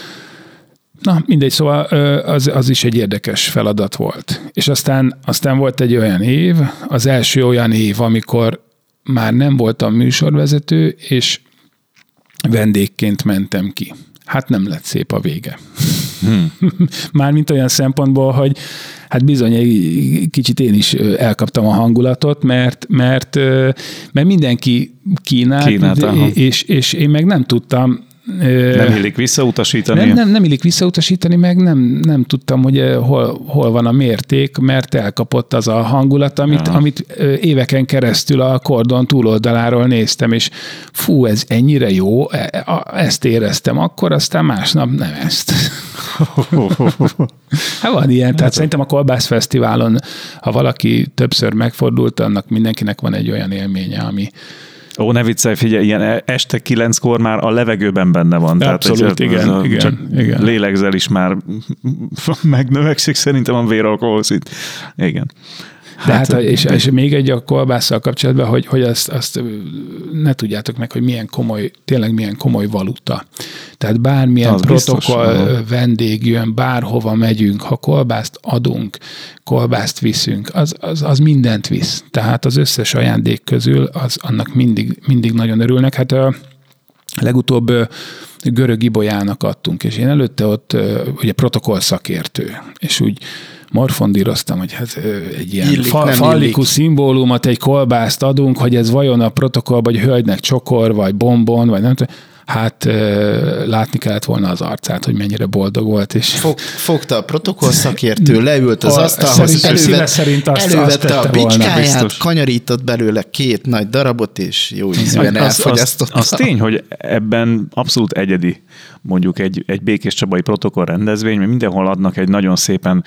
na mindegy, szóval az is egy érdekes feladat volt. És aztán volt egy olyan év, az első olyan év, amikor már nem voltam műsorvezető, és vendégként mentem ki. Hát nem lett szép a vége. Mármint olyan szempontból, hogy hát bizony egy kicsit én is elkaptam a hangulatot, mert mindenki kínált és én meg nem tudtam. Nem illik visszautasítani? Nem illik visszautasítani, meg nem tudtam, hogy hol van a mérték, mert elkapott az a hangulat, amit éveken keresztül a kordon túloldaláról néztem, és fú, ez ennyire jó, ezt éreztem akkor, aztán másnap nem ezt. Hát van ilyen, tehát szerintem a Kolbász Fesztiválon, ha valaki többször megfordult, annak mindenkinek van egy olyan élménye, ami... Ó, ne viccelj, figyelj, ilyen este 9-kor már a levegőben benne van. Abszolút, tehát, igen. Lélegzel is már megnövekszik szerintem a véralkoholszint. Igen. De és még egy a kolbásszal kapcsolatban, hogy azt ne tudjátok meg, hogy tényleg milyen komoly valuta. Tehát bármilyen az protokoll biztos, vendég jön, bárhova megyünk, ha kolbászt adunk, kolbászt viszünk, az mindent visz. Tehát az összes ajándék közül annak mindig nagyon örülnek. Hát a legutóbb görög ibolyának adtunk, és én előtte ott ugye protokoll szakértő, és úgy morfondíroztam, hogy hát egy ilyen fallikus szimbólumot, egy kolbászt adunk, hogy ez vajon a protokollban, vagy hölgynek csokor, vagy bombon, vagy nem tudom. Hát látni kellett volna az arcát, hogy mennyire boldog volt. És fogta a protokoll szakértő, leült az asztalhoz, elővette a bicskáját, kanyarított belőle 2 nagy darabot, és jó ízűen elfogyasztotta. Az tény, hogy ebben abszolút egyedi mondjuk egy Békés Csabai protokoll rendezvény, mert mindenhol adnak egy nagyon szépen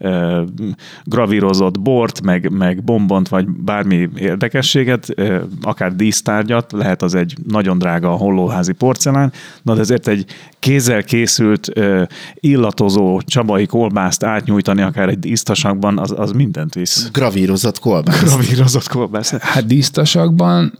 gravírozott bort, meg bombont, vagy bármi érdekességet, akár dísztárgyat, lehet az egy nagyon drága hollóházi porcelán, de ezért egy kézzel készült, illatozó csabai kolbászt átnyújtani akár egy dísztasakban, az mindent visz. Gravírozott kolbász. Hát dísztasakban,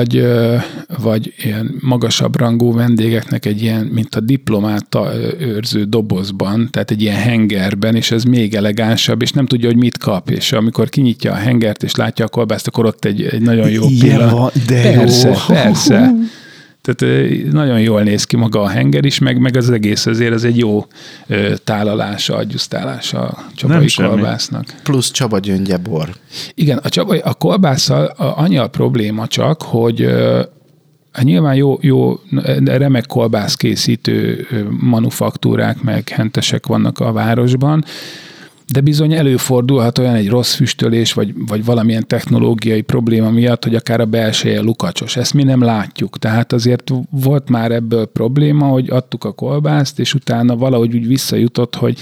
vagy ilyen magasabb rangú vendégeknek egy ilyen, mint a diplomát őrző dobozban, tehát egy ilyen hengerben, és ez még elegánsabb, és nem tudja, hogy mit kap, és amikor kinyitja a hengert, és látja a kolbászt, akkor ott egy nagyon jó pillanat. Persze. Tehát nagyon jól néz ki maga a henger is, meg az egész azért ez egy jó tálalása, adjusztálása a csabai kolbásznak. Plusz Csaba gyöngye bor. Igen, a kolbásszal annyi a probléma csak, hogy nyilván jó remek kolbászkészítő manufaktúrák, meg hentesek vannak a városban, de bizony előfordulhat olyan egy rossz füstölés, vagy valamilyen technológiai probléma miatt, hogy akár a belseje lukacsos. Ezt mi nem látjuk. Tehát azért volt már ebből probléma, hogy adtuk a kolbászt, és utána valahogy úgy visszajutott, hogy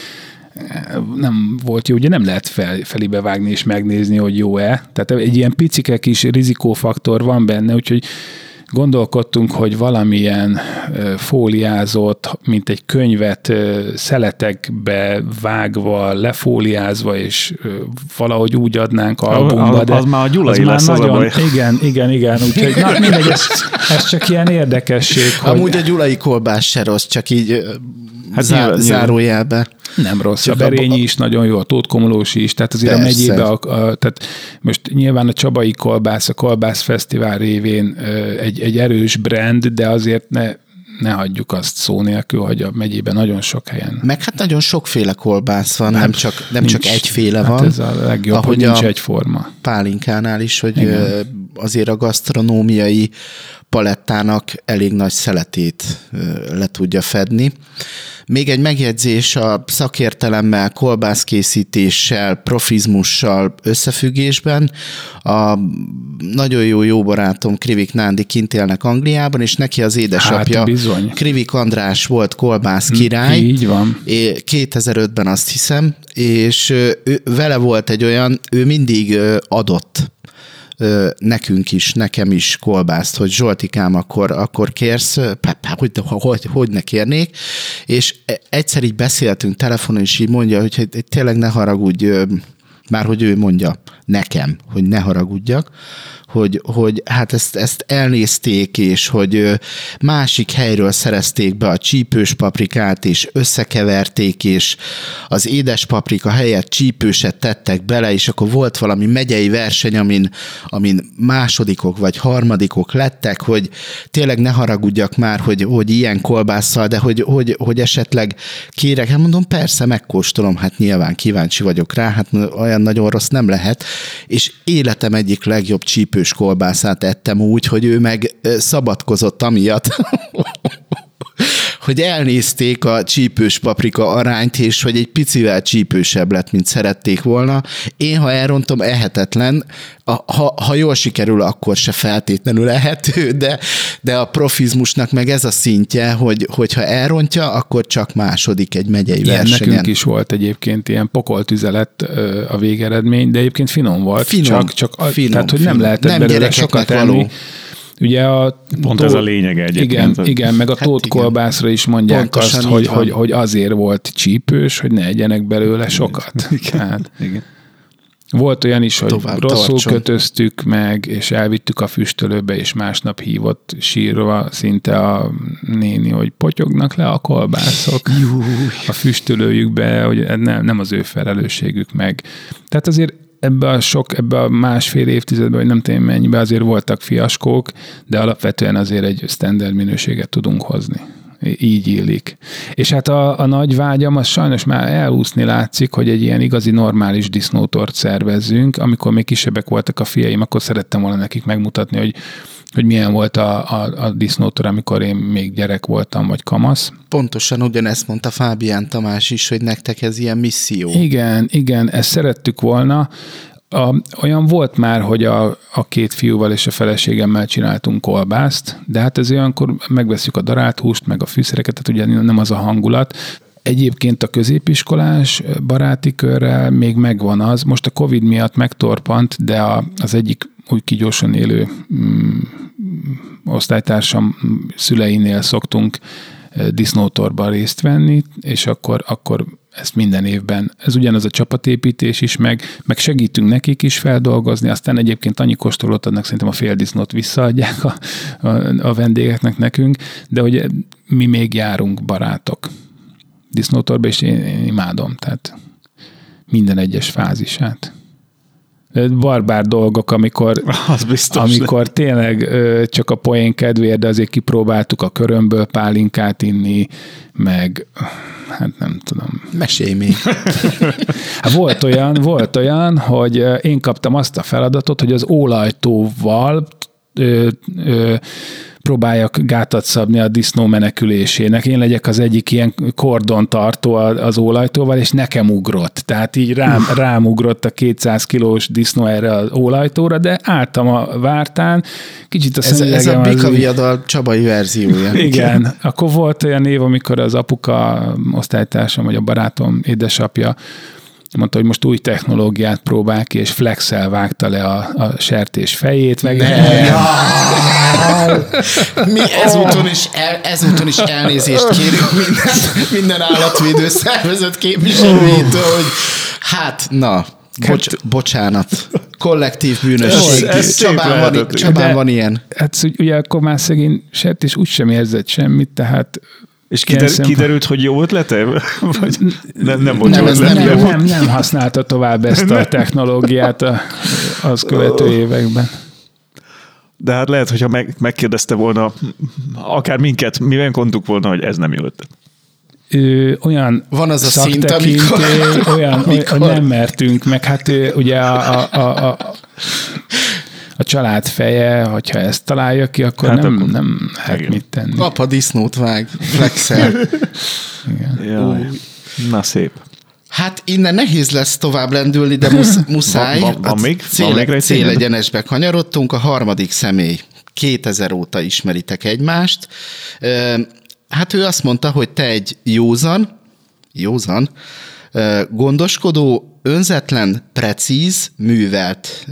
nem volt jó. Ugye nem lehet felébe vágni és megnézni, hogy jó-e. Tehát egy ilyen picike kis rizikófaktor van benne, úgyhogy gondolkodtunk, hogy valamilyen fóliázott, mint egy könyvet szeletekbe vágva, lefóliázva, és valahogy úgy adnánk albumba. Az már a Gyulai lesz az nagyon, a baj. Igen, úgyhogy mindegy, ez csak ilyen érdekesség. Amúgy a gyulai kolbász se rossz, csak így zárójelbe. Nem rossz, Csak a Berényi is nagyon jó, a Tótkomolósi is, tehát azért persze. a megyébe, tehát most nyilván a Csabai Kolbász, a Kolbász Fesztivál révén egy erős brand, de azért ne hagyjuk azt szó nélkül, hogy a megyében nagyon sok helyen. Meg hát nagyon sokféle kolbász van, nem csak egyféle van. Hát ez a legjobb, hogy nincs egyforma. Pálinkánál is, hogy azért a gasztronómiai palettának elég nagy szeletét le tudja fedni. Még egy megjegyzés a szakértelemmel, kolbászkészítéssel, profizmussal összefüggésben. A nagyon jó barátom Krivik Nándi kint élnek Angliában, és neki az édesapja Krivik András volt kolbász király. Így van. 2005-ben azt hiszem, és vele volt egy olyan, ő mindig adott nekünk is, nekem is kolbászt, hogy Zsoltikám, akkor kérsz, hogy ne kérnék, és egyszer így beszéltünk telefonon, és így mondja, hogy tényleg ne haragudj, már hogy ő mondja nekem, hogy ne haragudjak, hogy hát ezt elnézték, és hogy másik helyről szerezték be a csípős paprikát, és összekeverték, és az édes paprika helyett csípőset tettek bele, és akkor volt valami megyei verseny, amin másodikok vagy harmadikok lettek, hogy tényleg ne haragudjak már, hogy ilyen kolbásszal, de hogy esetleg kérek, hát mondom, persze, megkóstolom, hát nyilván kíváncsi vagyok rá, hát olyan nagyon rossz nem lehet, és életem egyik legjobb csípős kolbászát ettem úgy, hogy ő meg szabadkozott amiatt, hogy elnézték a csípős paprika arányt, és hogy egy picivel csípősebb lett, mint szerették volna. Én, ha elrontom, ehetetlen. Ha jól sikerül, akkor se feltétlenül ehető, de a profizmusnak meg ez a szintje, hogyha elrontja, akkor csak második egy megyei versenyen. Nekünk is volt egyébként ilyen pokoltüzelet a végeredmény, de egyébként finom volt. Finom. Tehát, hogy nem lehetett belőle sokat enni. Ugye pont ez a lényeg egyébként. Igen, meg a tótkolbászra is mondják azt, hogy azért volt csípős, hogy ne egyenek belőle sokat. Igen. Volt olyan is, hogy rosszul tartson. kötöztük meg, és elvittük a füstölőbe, és másnap hívott sírva szinte a néni, hogy potyognak le a kolbászok a füstölőjükbe, hogy nem az ő felelősségük meg. Tehát azért ebbe a másfél évtizedben, vagy nem tudom mennyiben azért voltak fiaskók, de alapvetően azért egy standard minőséget tudunk hozni. Így illik. És hát a nagy vágyam, az sajnos már elúszni látszik, hogy egy ilyen igazi normális disznótort szervezzünk. Amikor még kisebbek voltak a fiaim, akkor szerettem volna nekik megmutatni, hogy milyen volt a disznótor, amikor én még gyerek voltam, vagy kamasz. Pontosan ugyanezt mondta Fábián Tamás is, hogy nektek ez ilyen misszió. Igen, ezt szerettük volna. Olyan volt már, hogy a két fiúval és a feleségemmel csináltunk kolbászt, de hát ez olyankor megveszük a darált húst, meg a fűszereket, tehát ugye nem az a hangulat. Egyébként a középiskolás baráti körrel még megvan az. Most a Covid miatt megtorpant, de az egyik úgy kigyorsan élő osztálytársam szüleinél szoktunk disznótorban részt venni, és akkor ezt minden évben, ez ugyanaz a csapatépítés is, meg segítünk nekik is feldolgozni, aztán egyébként annyi kóstolót adnak, szerintem a fél disznót visszaadják a vendégeknek nekünk, de hogy mi még járunk barátok disznótorba, és én imádom, tehát minden egyes fázisát. Barbár dolgok, amikor tényleg csak a poén kedvéért, de azért kipróbáltuk a körömből pálinkát inni, meg hát nem tudom. Mesélj még. Hát volt olyan, hogy én kaptam azt a feladatot, hogy az ólajtóval próbáljak gátat szabni a disznó menekülésének. Én legyek az egyik ilyen kordontartó az ólajtóval, és nekem ugrott. Tehát így rám ugrott a 200 kilós disznó erre az ólajtóra, de álltam a vártán, kicsit a szemüvegem... Ez a Bika Viadal csabai verziója. Igen. Akkor volt olyan év, amikor az apuka, osztálytársam, vagy a barátom édesapja mondta, hogy most új technológiát próbál ki, és flexel vágta le a sertés fejét, meg Mi ezúton is elnézést kérünk minden állatvédő szervezet képviselőjétől, hogy hát, na, bocsánat. Kollektív bűnösség. Csabán van ilyen. Hát ugye akkor már szegény sertés úgysem érzett semmit, tehát... És kiderült, hogy jó ötlete? Vagy nem volt jó ötlete? Nem használta tovább ezt a technológiát az követő években. De hát lehet, hogyha megkérdezte volna akár minket, mi mondtuk volna, hogy ez nem jó ötlet. Olyan van az a szint, amikor nem mertünk, meg hát ugye a család feje, hogyha ezt találja ki, akkor hát nem lehet mit tenni. Apa disznót vág, flexel. Na szép. Hát innen nehéz lesz tovább lendülni, de muszáj. Van még Célegyenesbe kanyarodtunk, a harmadik személy. 2000 óta ismeritek egymást. Hát ő azt mondta, hogy te egy józan, gondoskodó, önzetlen, precíz, művelt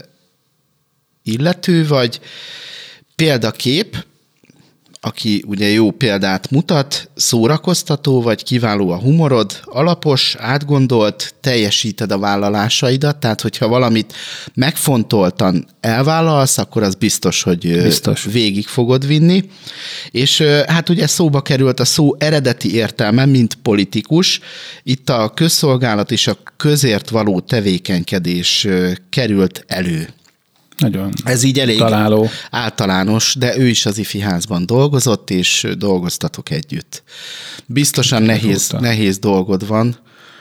illető vagy, példakép, aki ugye jó példát mutat, szórakoztató vagy, kiváló a humorod, alapos, átgondolt, teljesíted a vállalásaidat, tehát hogyha valamit megfontoltan elvállalsz, akkor az biztos, hogy végig fogod vinni. És hát ugye szóba került a szó eredeti értelme, mint politikus. Itt a közszolgálat és a közért való tevékenykedés került elő. Nagyon ez így elég találó. Általános, de ő is az ifi házban dolgozott, és dolgoztatok együtt. Biztosan nehéz dolgod van.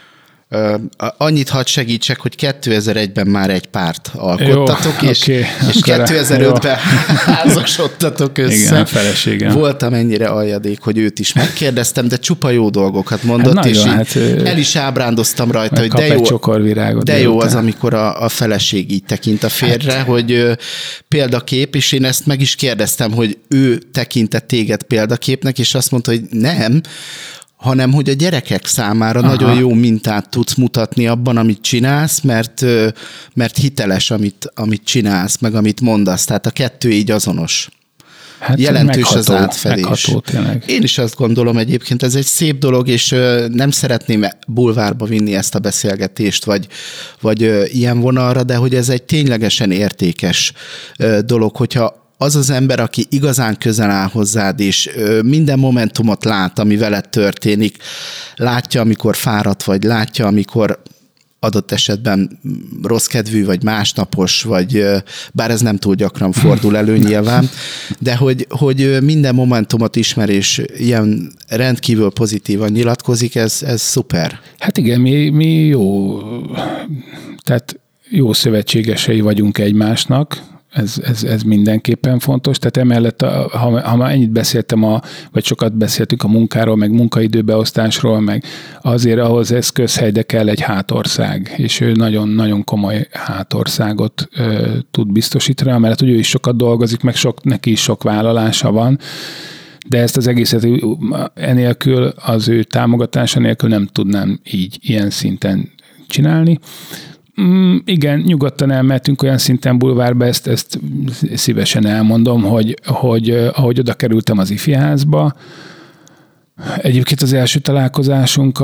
Annyit hadd segítsek, hogy 2001-ben már egy párt alkottatok, és 2005-ben házasodtatok össze. Igen, feleségem. Voltam ennyire aljadék, hogy őt is megkérdeztem, de csupa jó dolgokat mondott, hát és el is ábrándoztam rajta, hogy de jó az, amikor a feleség így tekint a férjre, hogy példakép, és én ezt meg is kérdeztem, hogy ő tekintett téged példaképnek, és azt mondta, hogy nem, hanem hogy a gyerekek számára nagyon jó mintát tudsz mutatni abban, amit csinálsz, mert hiteles, amit csinálsz, meg amit mondasz. Tehát a kettő így azonos. Hát jelentős az átfedés. Megható, én is azt gondolom egyébként, ez egy szép dolog, és nem szeretném bulvárba vinni ezt a beszélgetést, vagy ilyen vonalra, de hogy ez egy ténylegesen értékes dolog, hogyha az az ember, aki igazán közel áll hozzád, és minden momentumot lát, ami veled történik, látja, amikor fáradt vagy, látja, amikor adott esetben rossz kedvű, vagy másnapos, vagy bár ez nem túl gyakran fordul elő nyilván, de hogy minden momentumot ismer, és ilyen rendkívül pozitívan nyilatkozik, ez szuper. Hát igen, mi jó, tehát jó szövetségesei vagyunk egymásnak, ez mindenképpen fontos. Tehát emellett, ha már ennyit beszéltem, vagy sokat beszéltünk a munkáról, meg munkaidőbeosztásról, meg azért ahhoz ez közhely, de kell egy hátország, és ő nagyon-nagyon komoly hátországot tud biztosítani, amellett, hogy ő is sokat dolgozik, meg neki is sok vállalása van, de ezt az egészet enélkül, az ő támogatása nélkül nem tudnám így ilyen szinten csinálni. Igen, nyugodtan elmehetünk olyan szinten bulvárba, ezt szívesen elmondom, hogy ahogy oda kerültem az ifi házba, egyébként az első találkozásunk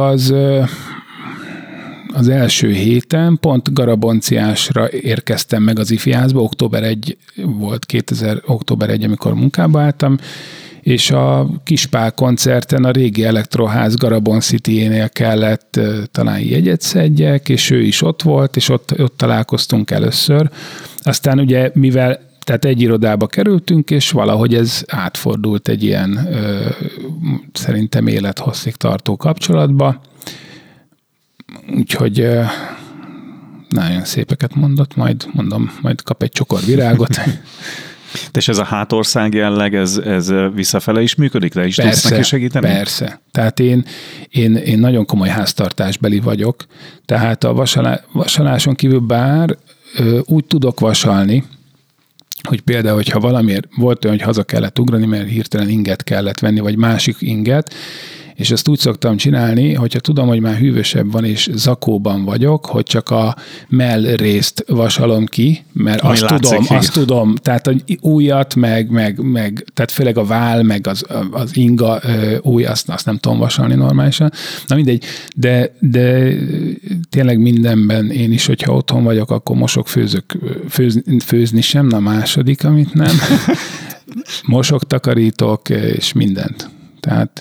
az első héten, pont Garabonciásra érkeztem meg az ifi házba, október 1 volt, 2000 október 1, amikor munkába álltam, és a Kispál koncerten a régi Elektroház Garabon City-énél kellett talán jegyet szedjek, és ő is ott volt, és ott találkoztunk először. Aztán ugye, mivel tehát egy irodába kerültünk, és valahogy ez átfordult egy ilyen szerintem élethosszig tartó kapcsolatba. Úgyhogy nagyon szépeket mondott, majd kap egy csokor virágot. És ez a hátország jelleg, ez visszafele is működik? De is tudsz neki segíteni? Persze. Tehát én nagyon komoly háztartásbeli vagyok. Tehát a vasaláson kívül bár úgy tudok vasalni, hogy például, hogyha valamiért volt olyan, hogy haza kellett ugrani, mert hirtelen inget kellett venni, vagy másik inget, És ezt úgy szoktam csinálni, hogyha tudom, hogy már hűvösebb van, és zakóban vagyok, hogy csak a mell részt vasalom ki, mert azt tudom, tehát hogy újat, meg tehát főleg a váll, meg az inga új, azt nem tudom vasalni normálisan. Na mindegy, de tényleg mindenben én is, hogyha otthon vagyok, akkor mosok, főzni sem, na második, amit nem. Mosok, takarítok, és mindent. Tehát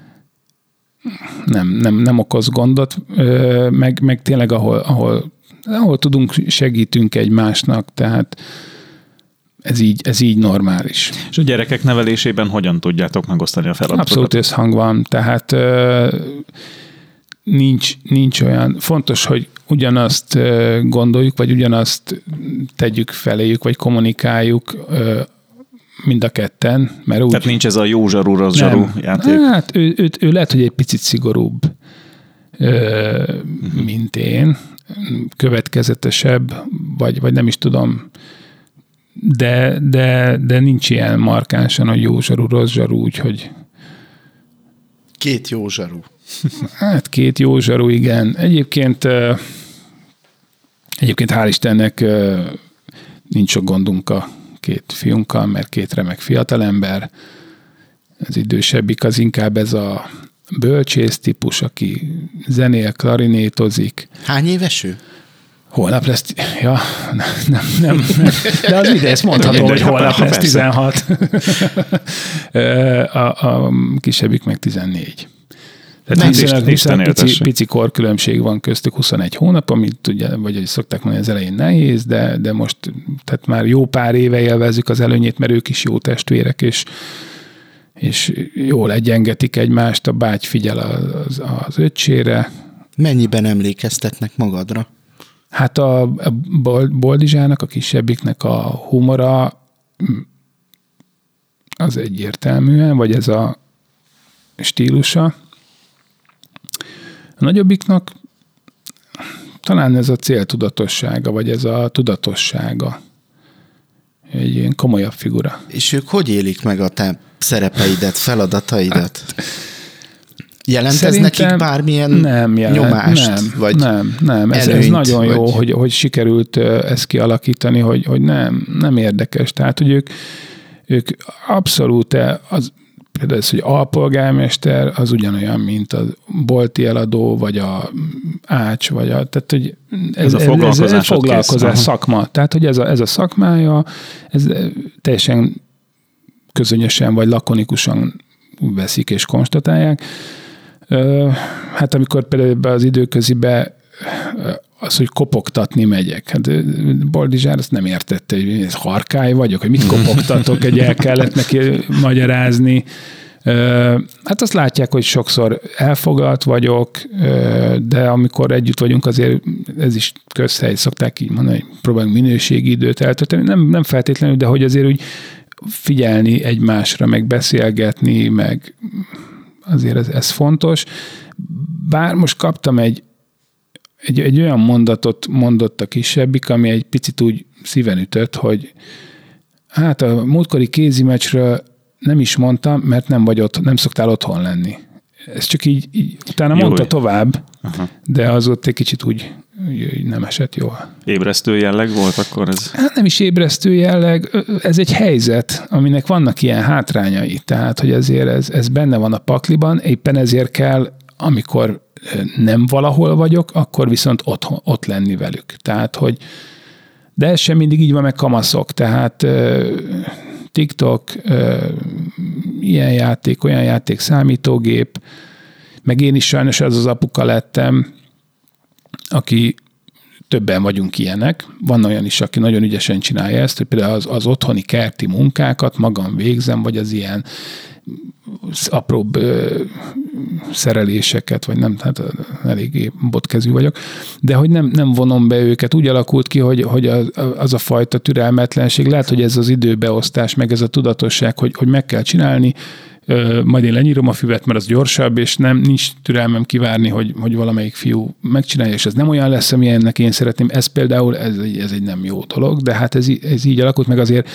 nem okoz gondot, meg tényleg ahol tudunk, segítünk egymásnak, tehát ez így normális. És a gyerekek nevelésében hogyan tudjátok megosztani a feladatokat? Abszolút összhang van, tehát nincs olyan, fontos, hogy ugyanazt gondoljuk, vagy ugyanazt tegyük feléjük, vagy kommunikáljuk mind a ketten. Mert úgy, tehát nincs ez a jó zsaru, rossz zsaru játék? Hát ő lehet, hogy egy picit szigorúbb, mint én, következetesebb, vagy nem is tudom, de nincs ilyen markánsan, hogy jó zsaru, rossz zsaru, úgyhogy... Két jó zsaru. Hát két jó zsaru, igen. Egyébként hál' Istennek nincs sok gondunk a két fiunkkal, mert két remek fiatalember. Az idősebbik az inkább ez a bölcsész típus, aki zenél, klarinétozik. Hány éves ő? Holnap lesz, ja, nem. De az ide, ezt mondhatom, hogy holnap lesz 16. A kisebbik meg 14. Tehát pici korkülönbség van köztük, 21 hónap, amit ugye, vagy hogy szokták mondani, az elején nehéz, de most tehát már jó pár éve élvezzük az előnyét, mert ők is jó testvérek, és jól egyengetik egymást, a báty figyel az öccsére. Mennyiben emlékeztetnek magadra? Hát a Boldizsának, a kisebbiknek a humora az egyértelműen, vagy ez a stílusa. A nagyobbiknak talán ez a céltudatossága, vagy ez a tudatossága. Egy ilyen komolyabb figura. És ők hogy élik meg a te szerepeidet, feladataidat? Jelent ez nekik bármilyen nyomást? Nem. Ez nagyon jó, hogy sikerült ezt kialakítani, hogy nem érdekes. Tehát, hogy ők abszolút például ez, hogy alpolgármester, az ugyanolyan, mint a bolti eladó, vagy a ács, vagy tehát, hogy ez a foglalkozás szakma. Tehát, hogy ez a szakmája, ez teljesen közönösen, vagy lakonikusan veszik és konstatálják. Hát amikor például ebbe az időközibe az, hogy kopogtatni megyek. Hát Boldizsár azt nem értette, hogy ez harkály vagyok, hogy mit kopogtatok, hogy el kellett neki magyarázni. Hát azt látják, hogy sokszor elfoglalt vagyok, de amikor együtt vagyunk, azért ez is közhely, szokták így mondani, hogy próbálunk minőségi időt eltölteni. Nem feltétlenül, de hogy azért úgy figyelni egymásra, meg beszélgetni, meg azért ez fontos. Bár most kaptam egy olyan mondatot mondott a kisebbik, ami egy picit úgy szíven ütött, hogy hát a múltkori kézi meccsről nem is mondtam, mert nem szoktál otthon lenni. Ez csak így utána mondta tovább, de az ott egy kicsit úgy nem esett jól. Ébresztő jelleg volt akkor ez? Hát nem is ébresztő jelleg, ez egy helyzet, aminek vannak ilyen hátrányai, tehát hogy ezért ez benne van a pakliban, éppen ezért kell, amikor nem valahol vagyok, akkor viszont ott lenni velük. Tehát, hogy de ez sem mindig így van, meg kamaszok. Tehát TikTok, ilyen játék, olyan játék, számítógép, meg én is sajnos az apuka lettem, aki többen vagyunk ilyenek. Van olyan is, aki nagyon ügyesen csinálja ezt, hogy például az otthoni kerti munkákat magam végzem, vagy az ilyen apróbb szereléseket, vagy nem, tehát eléggé botkezű vagyok, de hogy nem vonom be őket. Úgy alakult ki, hogy az a fajta türelmetlenség, lehet, hogy ez az időbeosztás, meg ez a tudatosság, hogy meg kell csinálni, majd én lenyírom a füvet, mert az gyorsabb, és nincs türelmem kivárni, hogy valamelyik fiú megcsinálja, és ez nem olyan lesz, amilyennek én szeretném. Ez például, ez egy nem jó dolog, de hát ez így alakult, meg azért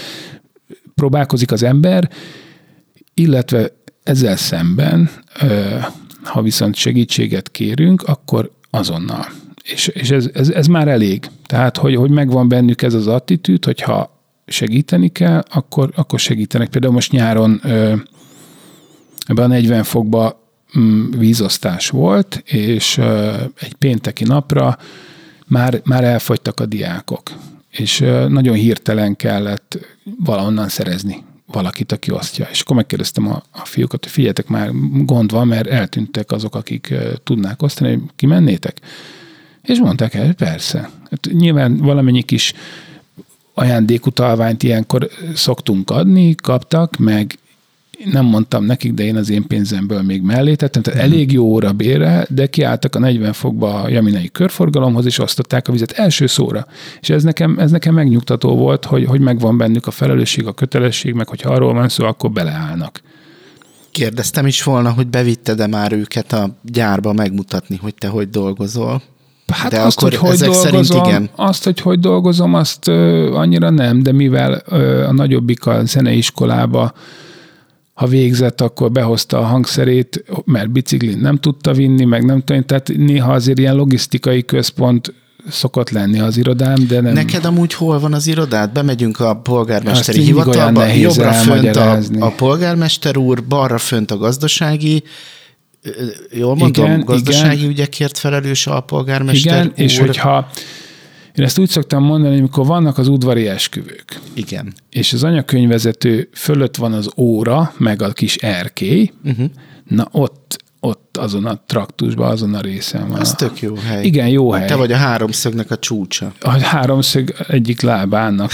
próbálkozik az ember, illetve ezzel szemben Ha viszont segítséget kérünk, akkor azonnal. És ez már elég. Tehát, hogy megvan bennük ez az attitűd, hogyha segíteni kell, akkor segítenek. Például most nyáron ebben a 40 fokban vízosztás volt, és egy pénteki napra már elfogytak a diákok. És nagyon hirtelen kellett valahonnan szerezni valakit, aki osztja. És akkor megkérdeztem a fiúkat, hogy figyeljetek, már gond van, mert eltűntek azok, akik tudnák osztani, hogy kimennétek. És mondták el, persze. Hát nyilván valamennyi kis ajándékutalványt ilyenkor szoktunk adni, kaptak, meg nem mondtam nekik, de én az én pénzemből még mellé tettem, tehát elég jó óra bérrel, de kiálltak a 40 fokba a jaminai körforgalomhoz, és osztották a vizet első szóra. És ez nekem megnyugtató volt, hogy megvan bennük a felelősség, a kötelesség, meg hogyha arról van szó, akkor beleállnak. Kérdeztem is volna, hogy bevitted-e már őket a gyárba megmutatni, hogy te hogy dolgozol? Hát de azt, akkor hogy ezek dolgozom, szerint igen. hogy dolgozom, azt annyira nem, de mivel a nagyobbik a zeneiskolába, ha végzett, akkor behozta a hangszerét, mert biciklin nem tudta vinni, meg nem tudom, tehát néha azért ilyen logisztikai központ szokott lenni az irodám, de nem... Neked amúgy hol van az irodád? Bemegyünk a polgármesteri hivatalba, jobbra fönt a polgármester úr, balra fönt a gazdasági, jól mondom, igen, gazdasági ügyekért felelős alpolgármester igen, úr. És hogyha én ezt úgy szoktam mondani, amikor vannak az udvari esküvők. Igen. És az anyakönyvvezető fölött van az óra, meg a kis erkély, na ott azon a traktusban, azon a részen van. Az tök jó hely. Igen, jó hely. Te vagy a háromszögnek a csúcsa. A háromszög egyik lábának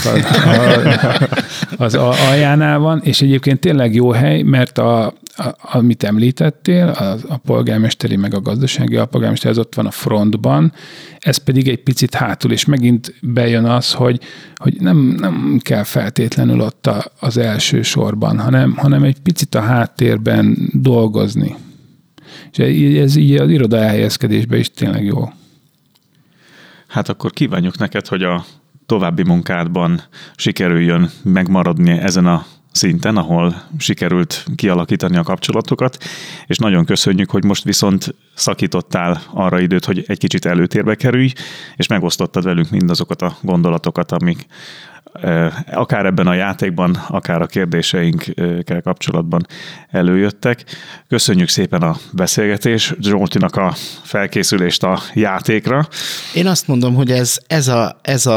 az aljánál van, és egyébként tényleg jó hely, mert amit említettél, a polgármesteri meg a gazdasági alpolgármester, ez ott van a frontban, ez pedig egy picit hátul, és megint bejön az, hogy nem kell feltétlenül ott az első sorban, hanem egy picit a háttérben dolgozni. És ez így az iroda elhelyezkedésben is tényleg jó. Hát akkor kívánjuk neked, hogy a további munkádban sikerüljön megmaradni ezen a szinten, ahol sikerült kialakítani a kapcsolatokat, és nagyon köszönjük, hogy most viszont szakítottál arra időt, hogy egy kicsit előtérbe kerülj, és megosztottad velünk mindazokat a gondolatokat, amik akár ebben a játékban, akár a kérdéseinkkel kapcsolatban előjöttek. Köszönjük szépen a beszélgetés, Zsoltinak a felkészülést a játékra. Én azt mondom, hogy ez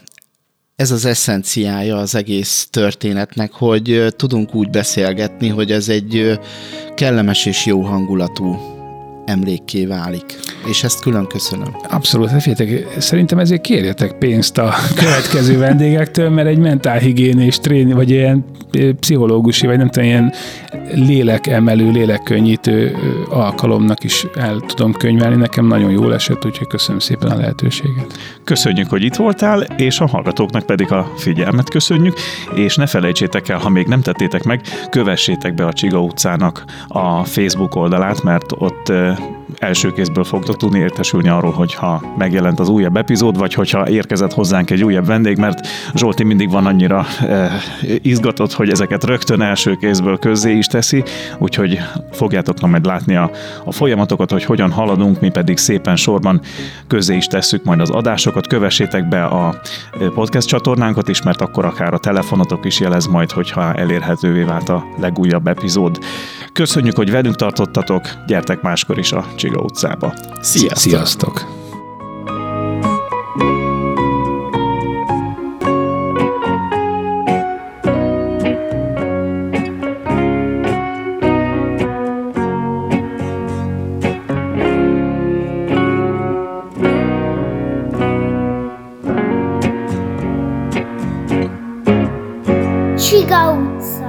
az eszenciája az egész történetnek, hogy tudunk úgy beszélgetni, hogy ez egy kellemes és jó hangulatú emlékké válik. És ezt külön köszönöm. Abszolút, figyeljetek, szerintem ezért kérjetek pénzt a következő vendégektől, mert egy mentálhigiénés tréning, vagy ilyen pszichológusi, vagy nem tudom, ilyen lélekemelő, lélekkönnyítő alkalomnak is el tudom könyvelni. Nekem nagyon jól esett, úgyhogy köszönöm szépen a lehetőséget. Köszönjük, hogy itt voltál, és a hallgatóknak pedig a figyelmet köszönjük, és ne felejtsétek el, ha még nem tettétek meg, kövessétek be a Csiga utcának a Facebook oldalát, mert ott első kézből fogtok tudni értesülni arról, hogyha megjelent az újabb epizód, vagy hogyha érkezett hozzánk egy újabb vendég, mert Zsolti mindig van annyira izgatott, hogy ezeket rögtön első kézből közzé is teszi, úgyhogy fogjátok majd látni a folyamatokat, hogy hogyan haladunk, mi pedig szépen sorban közzé is tesszük majd az adásokat. Kövessétek be a podcast csatornánkat is, mert akkor akár a telefonotok is jelez majd, hogyha elérhetővé vált a legújabb epizód. Köszönjük, hogy velünk tartottatok, gyertek máskor is a Csiga utcába. Sziasztok! Sziasztok! Csiga utca.